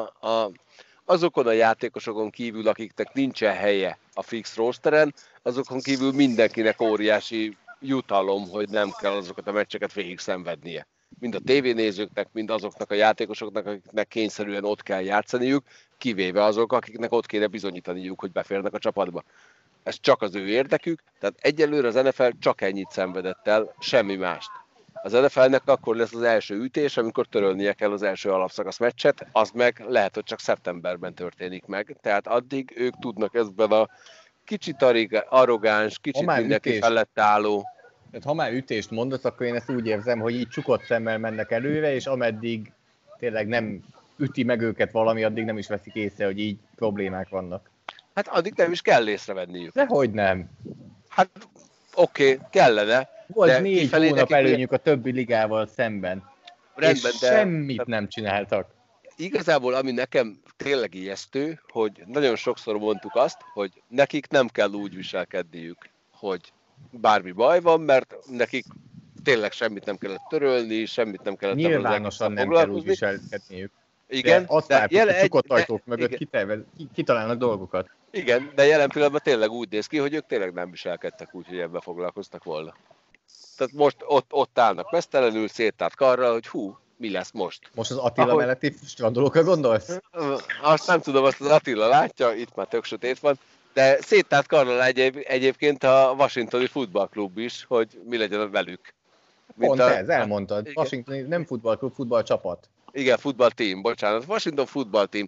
S4: azokon a játékosokon kívül, akiknek nincsen helye a fix rosteren, azokon kívül mindenkinek óriási jutalom, hogy nem kell azokat a meccseket végig szenvednie. Mind a tévénézőknek, mind azoknak a játékosoknak, akiknek kényszerűen ott kell játszaniuk, kivéve azok, akiknek ott kéne bizonyítaniuk, hogy beférnek a csapatba. Ez csak az ő érdekük, tehát egyelőre az NFL csak ennyit szenvedett el, semmi mást. Az NFL-nek akkor lesz az első ütés, amikor törölnie kell az első alapszakasz meccset, az meg lehet, hogy csak szeptemberben történik meg. Tehát addig ők tudnak ezben a kicsit arrogáns, kicsit mindenki felett álló.
S3: Tehát ha már ütést mondasz, akkor én ezt úgy érzem, hogy így csukott szemmel mennek előre, és ameddig tényleg nem üti meg őket valami, addig nem is veszik észre, hogy így problémák vannak.
S4: Hát addig nem is kell észrevenniük.
S3: Dehogy nem.
S4: Hát oké, kellene.
S3: Volt 4 hónap előnyük a többi ligával szemben. Rendben, és semmit nem csináltak.
S4: Igazából ami nekem tényleg ijesztő, hogy nagyon sokszor mondtuk azt, hogy nekik nem kell úgy viselkedniük, hogy bármi baj van, mert nekik tényleg semmit nem kellett törölni, semmit nem kellett
S3: nyilvánosan nem kell úgy viselkedniük.
S4: Igen,
S3: de azt látjuk, hogy csukott ajtók mögött kitalálnak dolgokat.
S4: Igen, de jelen pillanatban tényleg úgy néz ki, hogy ők tényleg nem viselkedtek úgy, hogy ebben foglalkoztak volna. Tehát most ott állnak mesztelenül, széttárt karral, hogy hú, mi lesz most?
S3: Most az Attila melletti strandolókra gondolsz?
S4: Azt nem tudom, azt az Attila látja, itt már tök sötét van, de széttárt karral egyébként a Washingtoni futballklub is, hogy mi legyen velük.
S3: Pont ez, elmondtad. Igen. Washingtoni nem futballklub, futballcsapat.
S4: Igen, futballteam, bocsánat. Washington futballteam.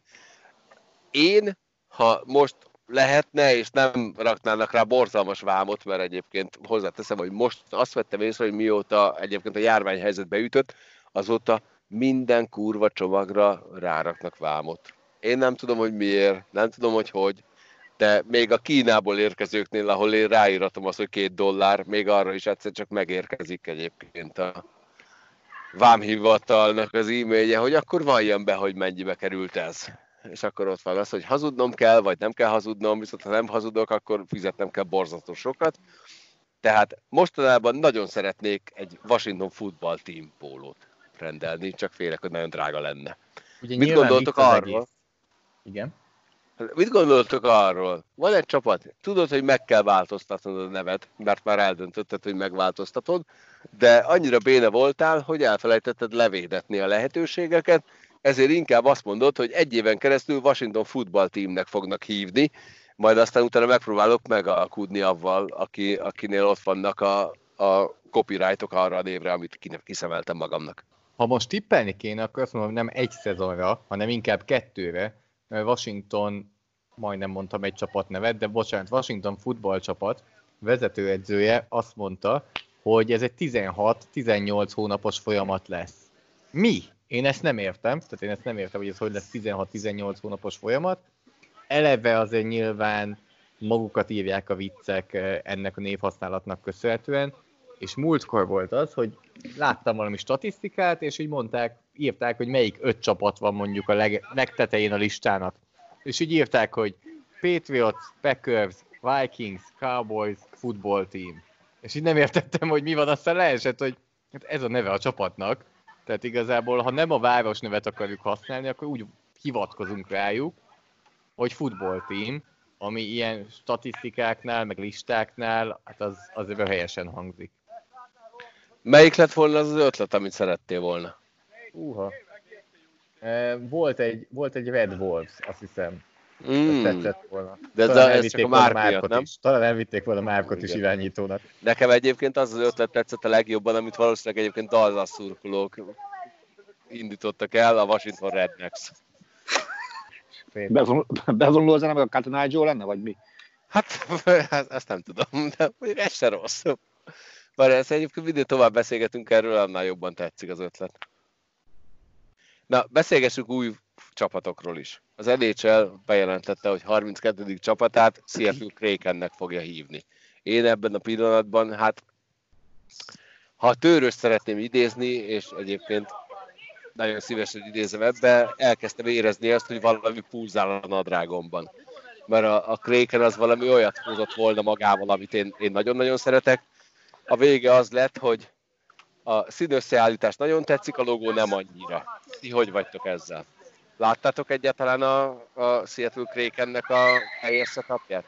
S4: Én, ha most lehetne, és nem raknának rá borzalmas vámot, mert egyébként hozzáteszem, hogy most azt vettem észre, hogy mióta egyébként a járványhelyzet beütött, azóta minden kurva csomagra ráraknak vámot. Én nem tudom, hogy miért, nem tudom, hogy, de még a Kínából érkezőknél, ahol én ráíratom azt, hogy $2, még arra is egyszer csak megérkezik egyébként a vámhivatalnak az e-mailje, hogy akkor valljam be, hogy mennyibe került ez. És akkor ott van az, hogy hazudnom kell, vagy nem kell hazudnom, viszont ha nem hazudok, akkor fizetnem kell borzasztó sokat. Tehát mostanában nagyon szeretnék egy Washington Football Team pólót rendelni, csak félek, hogy nagyon drága lenne.
S3: Ugye
S4: Mit
S3: nyilván
S4: gondoltok
S3: vicc az
S4: arról?
S3: egész. Igen.
S4: Mit gondoltok arról? Van egy csapat, tudod, hogy meg kell változtatnod a nevet, mert már eldöntötted, hogy megváltoztatod, de annyira béna voltál, hogy elfelejtetted levédetni a lehetőségeket, ezért inkább azt mondod, hogy egy éven keresztül Washington Football Teamnek fognak hívni, majd aztán utána megpróbálok megalkudni avval, akinél ott vannak a copyrightok arra a névre, amit kiszemeltem magamnak.
S3: Ha most tippelni kéne, akkor azt mondom, nem egy szezonra, hanem inkább 2-re, mert Washington, majdnem mondtam egy csapat nevet, de bocsánat, Washington futball csapat vezetőedzője azt mondta, hogy ez egy 16-18 hónapos folyamat lesz. Mi? Én ezt nem értem, hogy ez hogy lesz 16-18 hónapos folyamat. Eleve azért nyilván magukat írják a viccek ennek a névhasználatnak köszönhetően, és múltkor volt az, hogy láttam valami statisztikát, és így írták, hogy melyik 5 csapat van mondjuk a legtetején a listának. És így írták, hogy Patriots, Packers, Vikings, Cowboys, Football Team. És így nem értettem, hogy mi van, aztán leesett, hogy ez a neve a csapatnak. Tehát igazából, ha nem a városnevet akarjuk használni, akkor úgy hivatkozunk rájuk, hogy Football Team, ami ilyen statisztikáknál, meg listáknál, hát az helyesen hangzik.
S4: Melyik lett volna az ötlet, amit szerettél volna?
S3: Volt egy Red Wolves, azt hiszem. Tetszett volna.
S4: De ez csak a Márk miatt, nem?
S3: Talán elvitték volna Márkot is irányítónak.
S4: Nekem egyébként az ötlet tetszett a legjobban, amit valószínűleg egyébként Dallas szurkolók indítottak el, a Washington Rednecks.
S5: Bevonuló zene meg a Cotton Eye Joe lenne, vagy mi?
S4: Hát, ezt nem tudom, de ez se rossz. Bár ezt egyébként minél tovább beszélgetünk erről, annál jobban tetszik az ötlet. Na, beszélgessünk új csapatokról is. Az NHL bejelentette, hogy 32. csapatát Seattle Krakennek fogja hívni. Én ebben a pillanatban, hát ha a Tőröst szeretném idézni, és egyébként nagyon szívesen idézem ebbe, elkezdtem érezni azt, hogy valami pulzál a nadrágomban. Mert a Kraken az valami olyat hozott volna magával, amit én nagyon-nagyon szeretek. A vége az lett, hogy a színösszeállítás nagyon tetszik, a logó nem annyira. Ti hogy vagytok ezzel? Láttátok egyáltalán a Seattle Krakennek a helyes setupját?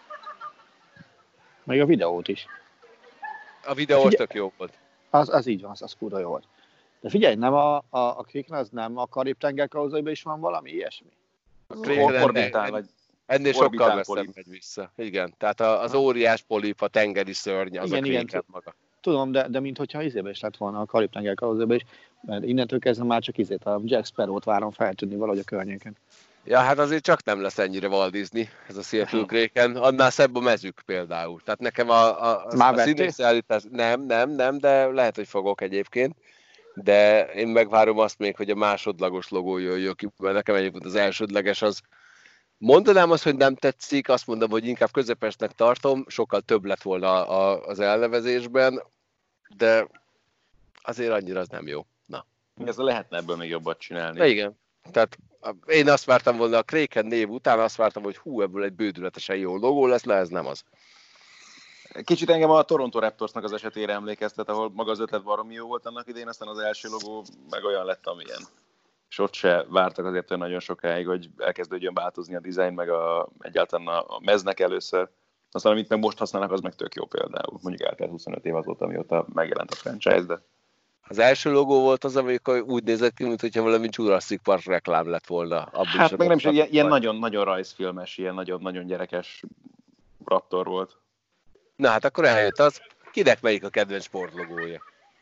S5: Meg a videót is.
S4: A videó tök jó volt.
S5: Az így van, az kurva jó volt. De figyelj, nem a Kraken az nem a Karib-tenger kalózaiban is van valami ilyesmi?
S4: A Kraken ennél sokkal messzebb megy vissza. Igen, tehát az óriás polip, a tengeri szörny, az igen, a Kraken maga.
S5: Tudom, de minthogyha izébe is lett volna a Karib-tenger kalózaiban is, mert innentől kezdve már csak a Jack Sparrow-t várom feltűnni valahogy a környéken.
S4: Ja, hát azért csak nem lesz ennyire Walt Disney, ez a Seattle Kraken. Annál szebb a mezük például. Tehát nekem a színösszeállítás... Nem, de lehet, hogy fogok egyébként. De én megvárom azt még, hogy a másodlagos logó jöjjön ki, mert nekem egyébként az elsődleges az... Mondanám azt, hogy nem tetszik, azt mondom, hogy inkább közepesnek tartom, sokkal több lett volna az elnevezésben, de azért annyira az nem jó. Na.
S6: Ez lehetne ebből még jobbat csinálni.
S4: De igen, tehát én azt vártam volna a Kraken név után, azt vártam, hogy ebből egy bődületesen jó logó lesz, ez nem az.
S6: Kicsit engem a Toronto Raptorsnak az esetére emlékeztet, ahol maga az ötlet baromi jó volt annak idején, aztán az első logó meg olyan lett, amilyen. És ott se vártak azért olyan nagyon sokáig, hogy elkezdődjön változni a dizájn, meg egyáltalán a meznek először. Aztán amit meg most használnak, az meg tök jó például. Mondjuk eltelt 25 év azóta, amióta megjelent a franchise, de...
S4: Az első logó volt az, amikor úgy nézett ki, mintha valami Jurassic Park reklám lett volna.
S6: Hát meg nem is, ilyen nagyon rajzfilmes, ilyen nagyon gyerekes Raptor volt.
S4: Na hát akkor eljött az. Kinek melyik a kedvenc sportlogója?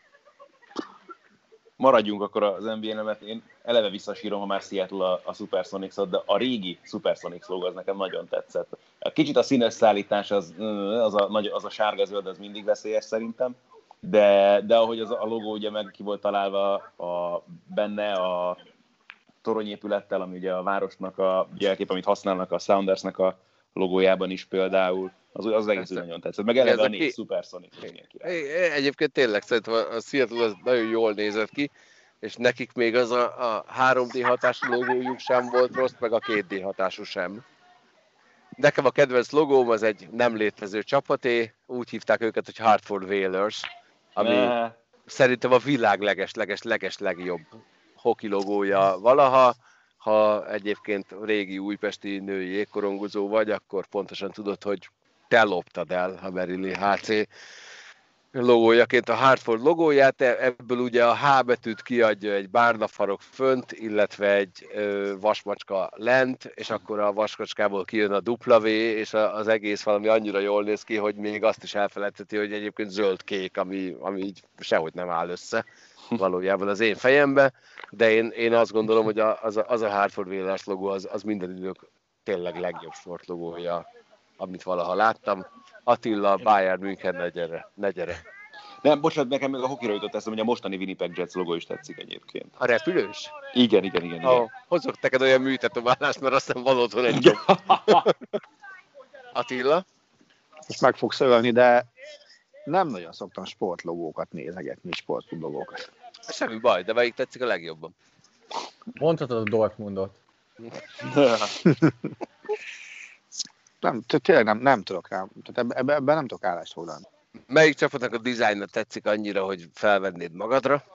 S6: Maradjunk akkor az NBA-nél, mert én eleve visszasírom, ha már Seattle a Supersonics-ot, de a régi Supersonics logó az nekem nagyon tetszett. Kicsit a színes szállítás, az a sárga-zöld, az mindig veszélyes szerintem, de ahogy a logó ugye meg ki volt találva benne a toronyépülettel, ami ugye a városnak a jelkép, amit használnak a Soundersnek a logójában is például, az egész nagyon tetszett. Meg eleve a négy Supersonic régen király.
S4: Egyébként tényleg szerintem a Seattle az nagyon jól nézett ki, és nekik még az a 3D hatású logójuk sem volt rossz, meg a 2D hatású sem. Nekem a kedvenc logóm az egy nem létező csapaté, úgy hívták őket, hogy Hartford Whalers, ami szerintem a világ leges legjobb hoki logója valaha. ha egyébként régi újpesti női jégkorongozó vagy, akkor pontosan tudod, hogy te loptad el a Berili HC logójaként a Hartford logóját, ebből ugye a H betűt kiadja egy barna farok fönt, illetve egy vasmacska lent, és akkor a vasmacskából kijön a W, és az egész valami annyira jól néz ki, hogy még azt is elfelejtheti, hogy egyébként zöld-kék, ami így sehogy nem áll össze valójában az én fejembe, de én azt gondolom, hogy az a Hartford Whalers logó az minden idők tényleg legjobb sportlogója, amit valaha láttam. Attila, Bayern München, ne gyere.
S6: Nem, bocsánat, nekem még a hokira jutott eszem, hogy a mostani Winnipeg Jets logó is tetszik egyébként.
S4: A repülős?
S6: Igen.
S4: Hozok neked olyan műtetoválást, mert azt hiszem van otthon egy jobb. Attila?
S5: Most meg fogsz ölni, de nem nagyon szoktam sportlogókat nézegetni, sportlogókat.
S4: Semmi baj, de melyik tetszik a legjobban?
S3: Mondhatod a Dortmundot.
S5: Tényleg nem tudok rá. Ebben nem tudok állást foglalni.
S4: Melyik csapatnak a dizájnja tetszik annyira, hogy felvennéd magadra?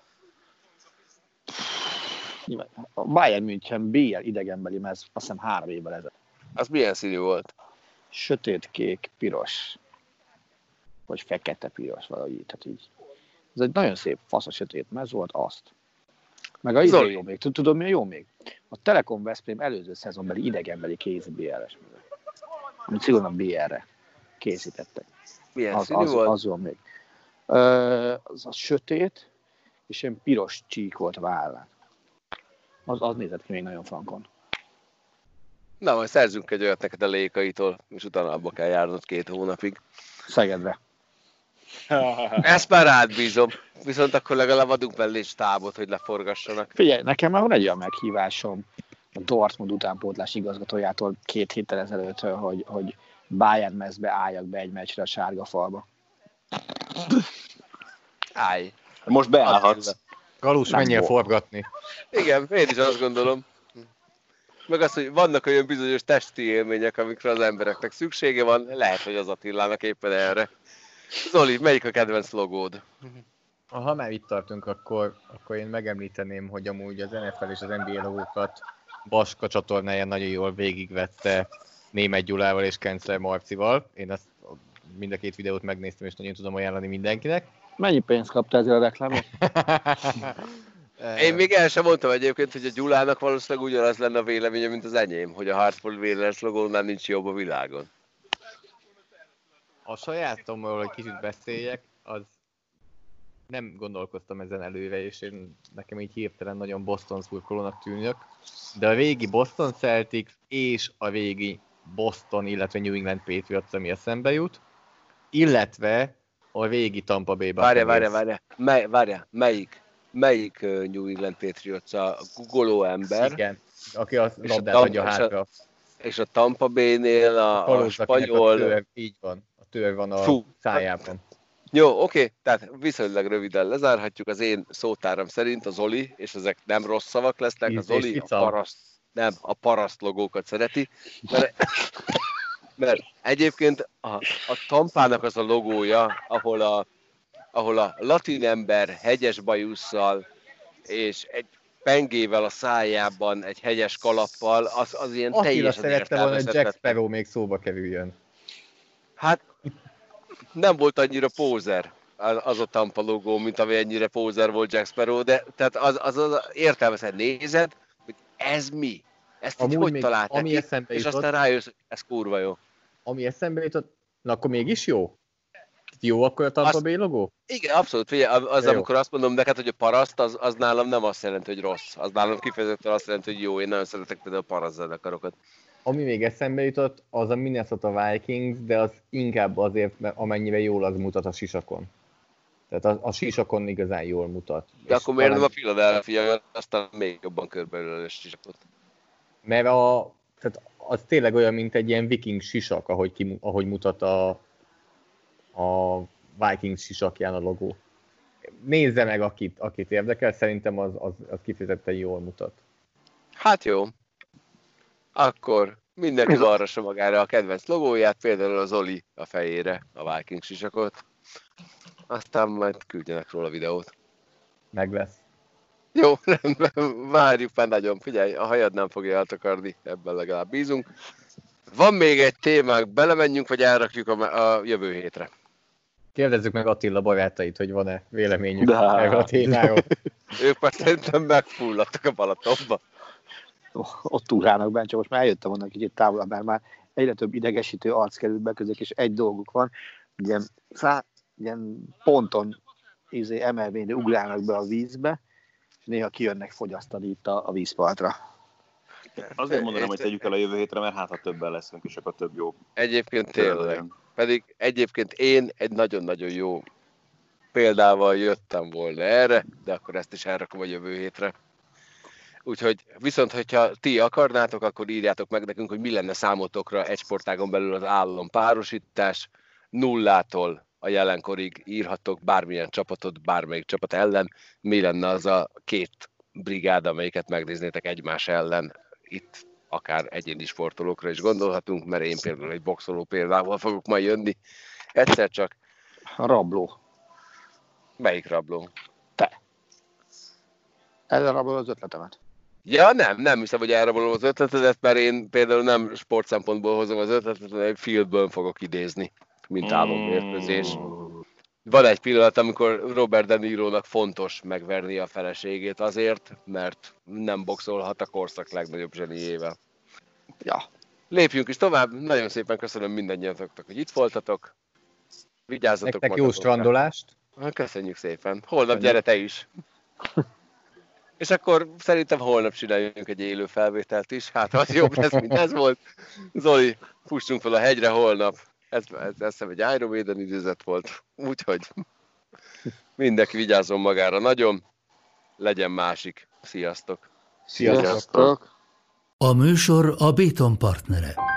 S5: A Bayern München BL idegenbeli mez, azt hiszem 3 évvel ezelőtt.
S4: Az milyen színű volt?
S5: Sötétkék, piros. Vagy fekete-piros, valahogy így. Tehát így. Ez egy nagyon szép, fasz a sötét mez volt, azt. Meg a izé jó még. Tudod, mi a jó még? A Telekom Veszprém előző szezonbeli idegenbeli kézi BL-es mez. Amit szigorúan BL-re készítettek.
S4: Milyen színű volt?
S5: Az jó még. Az a sötét, és ilyen piros csík volt a vállán. Az nézett ki még nagyon frankon.
S4: Na, majd szerzünk egy olyat neked a Lékaitól, és utána abba kell járnod 2 hónapig.
S5: Szegedre.
S4: Ezt már rád bízom. Viszont akkor legalább adunk mellé stábot, hogy leforgassanak.
S5: Figyelj, nekem már van egy olyan meghívásom a Dortmund utánpótlás igazgatójától 2 héttel ezelőtt, hogy Bayern mezbe álljak be egy meccsre a sárga falba.
S4: Állj.
S6: Most beállhatsz.
S3: Galus, menjél forgatni.
S4: Igen, én is azt gondolom. Meg az, hogy vannak olyan bizonyos testi élmények, amikre az embereknek szüksége van, lehet, hogy az Attilának éppen erre. Zoli, melyik a kedvenc logód?
S3: Ha már itt tartunk, akkor én megemlíteném, hogy amúgy az NFL és az NBA logókat Baska csatornáján nagyon jól végigvette Németh Gyulával és Kencler Marcival. Én ezt mind a 2 videót megnéztem, és nagyon tudom ajánlani mindenkinek.
S5: Mennyi pénzt kaptál ezzel a reklámot?
S4: Én még el sem mondtam egyébként, hogy a Gyulának valószínűleg ugyanaz lenne a véleménye, mint az enyém, hogy a Hartford Whalers logónál nincs jobb a világon.
S3: A sajátomról, hogy kicsit beszéljek, az nem gondolkoztam ezen előre, és nekem így hirtelen nagyon Boston szurkolónak tűnök, de a régi Boston Celtics és a régi Boston, illetve New England Patriots, ami eszembe jut, illetve a régi Tampa Bay Buccaneers.
S4: Várjál, melyik New England Patriots a googoló ember?
S3: Igen, aki a labdát adja hátra.
S4: És a Tampa Bay-nél a spanyol...
S3: Így van, a tőr van a szájában.
S4: Jó, oké, tehát viszonylag röviden lezárhatjuk. Az én szótáram szerint a Zoli, és ezek nem rossz szavak lesznek, a Zoli a paraszt logókat szereti, mert egyébként a Tampának az a logója, ahol a latin ember hegyes bajusszal és egy pengével a szájában, egy hegyes kalappal, az ilyen
S3: Attila
S4: teljesen
S3: szerette volna, hogy Jack Sparrow még szóba kerüljön.
S4: Hát nem volt annyira pózer az a Tampa logó, mint ami ennyire pózer volt Jack Sparrow, de tehát az értelmesen nézed, hogy ez mi? Ezt így hogy találták ki, és aztán rájössz, hogy ez kurva jó.
S3: Ami eszembe jutott, na akkor mégis jó? Jó akkor a Tampa Bay logó?
S4: Igen, abszolút. Figyelj, amikor azt mondom neked, hogy a paraszt, az nálam nem azt jelenti, hogy rossz. Az nálam kifejezetten azt jelenti, hogy jó. Én nagyon szeretek például a paraszt zenekarokat.
S3: Ami még eszembe jutott, az a Minnesota Vikings, de az inkább azért, mert amennyire jól az mutat a sisakon. Tehát a sisakon igazán jól mutat.
S4: De akkor miért nem a Philadelphia, aztán még jobban körbeülő a sisakot?
S3: Mert tehát az tényleg olyan, mint egy ilyen viking sisak, ahogy mutat a Vikings sisakján a logó. Nézze meg, akit érdekel, szerintem az kifejezetten jól mutat.
S4: Hát jó. Akkor mindenki varrassa magára a kedvenc logóját, például az Oli a fejére a Vikings sisakot. Aztán majd küldjenek róla videót.
S3: Meg lesz.
S4: Jó, rendben, várjuk már nagyon. Figyelj, a hajad nem fogja eltakarni, ebben legalább bízunk. Van még egy témánk, belemenjünk, vagy elrakjuk a jövő hétre?
S3: Kérdezzük meg Attila barátait, hogy van-e véleményük erről a témáról.
S4: Ők már szerintem megfulladtak a Balatonba.
S5: Ott túrálnak bent, csak most már eljöttem onnan kicsit távolabb, mert már egyre több idegesítő arc került be közük, és egy dolguk van, ilyen ponton emelvényre ugrálnak be a vízbe, és néha kijönnek fogyasztani itt a vízpartra.
S6: Azért mondanám, hogy tegyük el a jövő hétre, mert hát ha többen leszünk, és akkor több jó.
S4: Egyébként tényleg. Pedig egyébként én egy nagyon-nagyon jó példával jöttem volna erre, de akkor ezt is elrakom a jövő hétre. Úgyhogy viszont, hogyha ti akarnátok, akkor írjátok meg nekünk, hogy mi lenne számotokra egy sportágon belül az állampárosítás. 0-tól a jelenkorig írhattok bármilyen csapatot, bármelyik csapat ellen. Mi lenne az a 2 brigád, amelyiket megnéznétek egymás ellen. Itt akár egyéni sportolókra is gondolhatunk, mert én például egy boxoló példával fogok majd jönni. Egyszer csak.
S5: A rabló.
S4: Melyik rabló?
S5: Te. Ezzel rabló az ötletemet.
S4: Ja, nem hiszem, hogy elrabolom az ötletedet, mert én például nem sport szempontból hozom az ötletet, hanem fieldből fogok idézni, mint álommérkőzés. Van egy pillanat, amikor Robert De Nirónak fontos megverni a feleségét azért, mert nem boxolhat a korszak legnagyobb zseniével.
S5: Ja.
S4: Lépjünk is tovább. Nagyon szépen köszönöm mindannyiatoknak, hogy itt voltatok. Vigyázzatok
S3: nektek jó strandolást.
S4: Köszönjük szépen. Holnap gyere te is. És akkor szerintem holnap csináljunk egy élő felvételt is. Hát az jobb lesz, mint ez volt. Zoli, fussunk fel a hegyre holnap. Ez egy Iron Maiden idézet volt. Úgyhogy mindenki vigyázzon magára nagyon. Legyen másik. Sziasztok!
S5: Sziasztok!
S1: A műsor a Béton partnere.